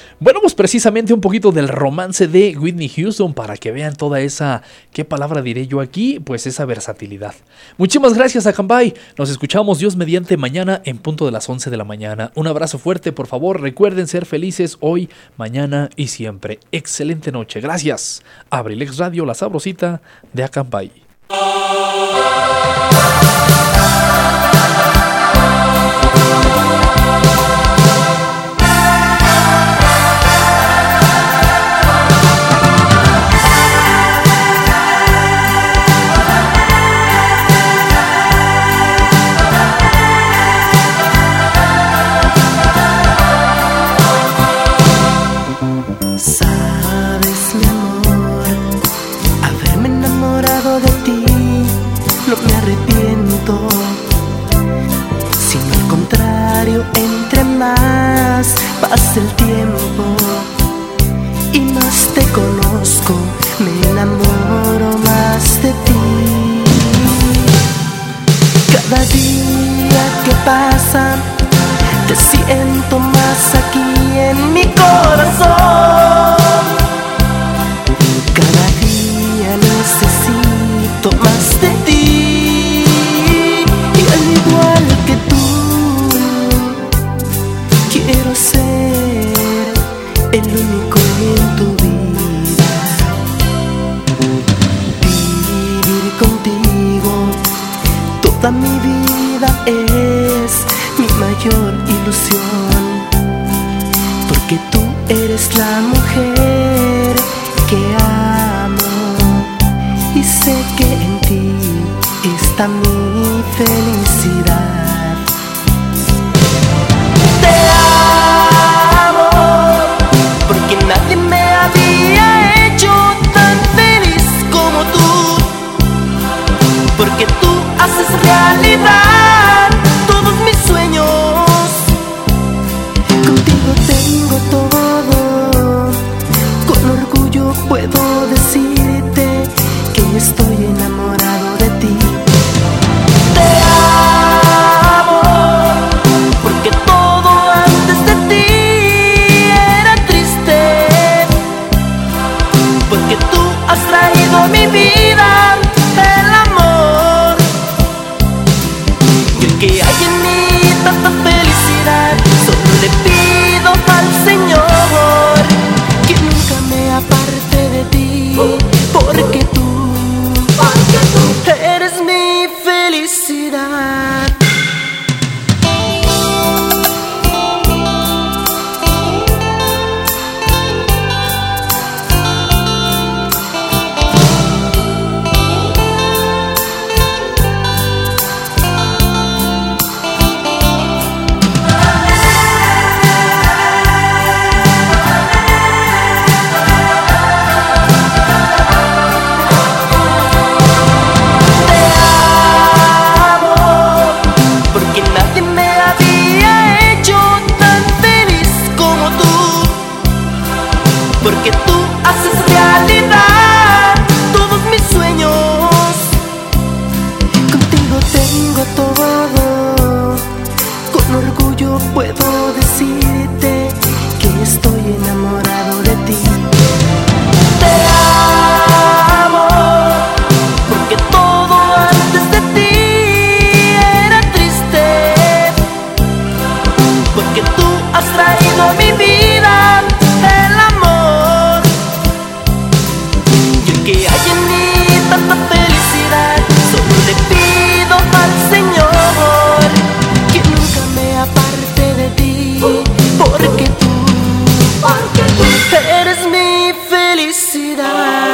Bueno, pues precisamente un poquito del romance de Whitney Houston para que vean toda esa, ¿qué palabra diré yo aquí? Pues esa versatilidad. Muchísimas gracias a Cambay. Nos escuchamos Dios mediante mañana en punto de las 11 de la mañana. Un abrazo fuerte, por favor. Recuerden ser felices hoy, mañana y siempre. Excelente noche. Gracias. Abrilex Radio, la sabrosita de Acambay. Sabes, mi amor, haberme enamorado de ti, no me arrepiento, sino al contrario, entre más pasa el tiempo y más te conozco, me enamoro más de ti. Cada día que pasa te siento más aquí en mi corazón. Cada día necesito más de ti. Y al igual que tú, quiero ser el único en tu vida. Vivir contigo toda mi vida es mi mayor ilusión, porque tú eres la mujer que amo y sé que en ti está mi felicidad. Te amo porque nadie me había hecho tan feliz como tú, porque tú haces realidad todos mis sueños. Contigo tengo todo, con orgullo puedo decirte que estoy enamorado de ti. Te amo porque todo antes de ti era triste, porque tú has traído a mi vida el amor. Y el que hay en mí tanta felicidad, solo le pido al Señor que nunca me aparte de ti, porque tú eres mi felicidad. Porque tú haces realidad todos mis sueños. Contigo tengo todo, con orgullo puedo decirte que estoy enamorado de ti. Te amo porque todo antes de ti era triste, porque tú has traído a mi vida el amor. Y el que hay en mí tanta felicidad, solo le pido al Señor que nunca me aparte de ti, porque tú eres mi felicidad.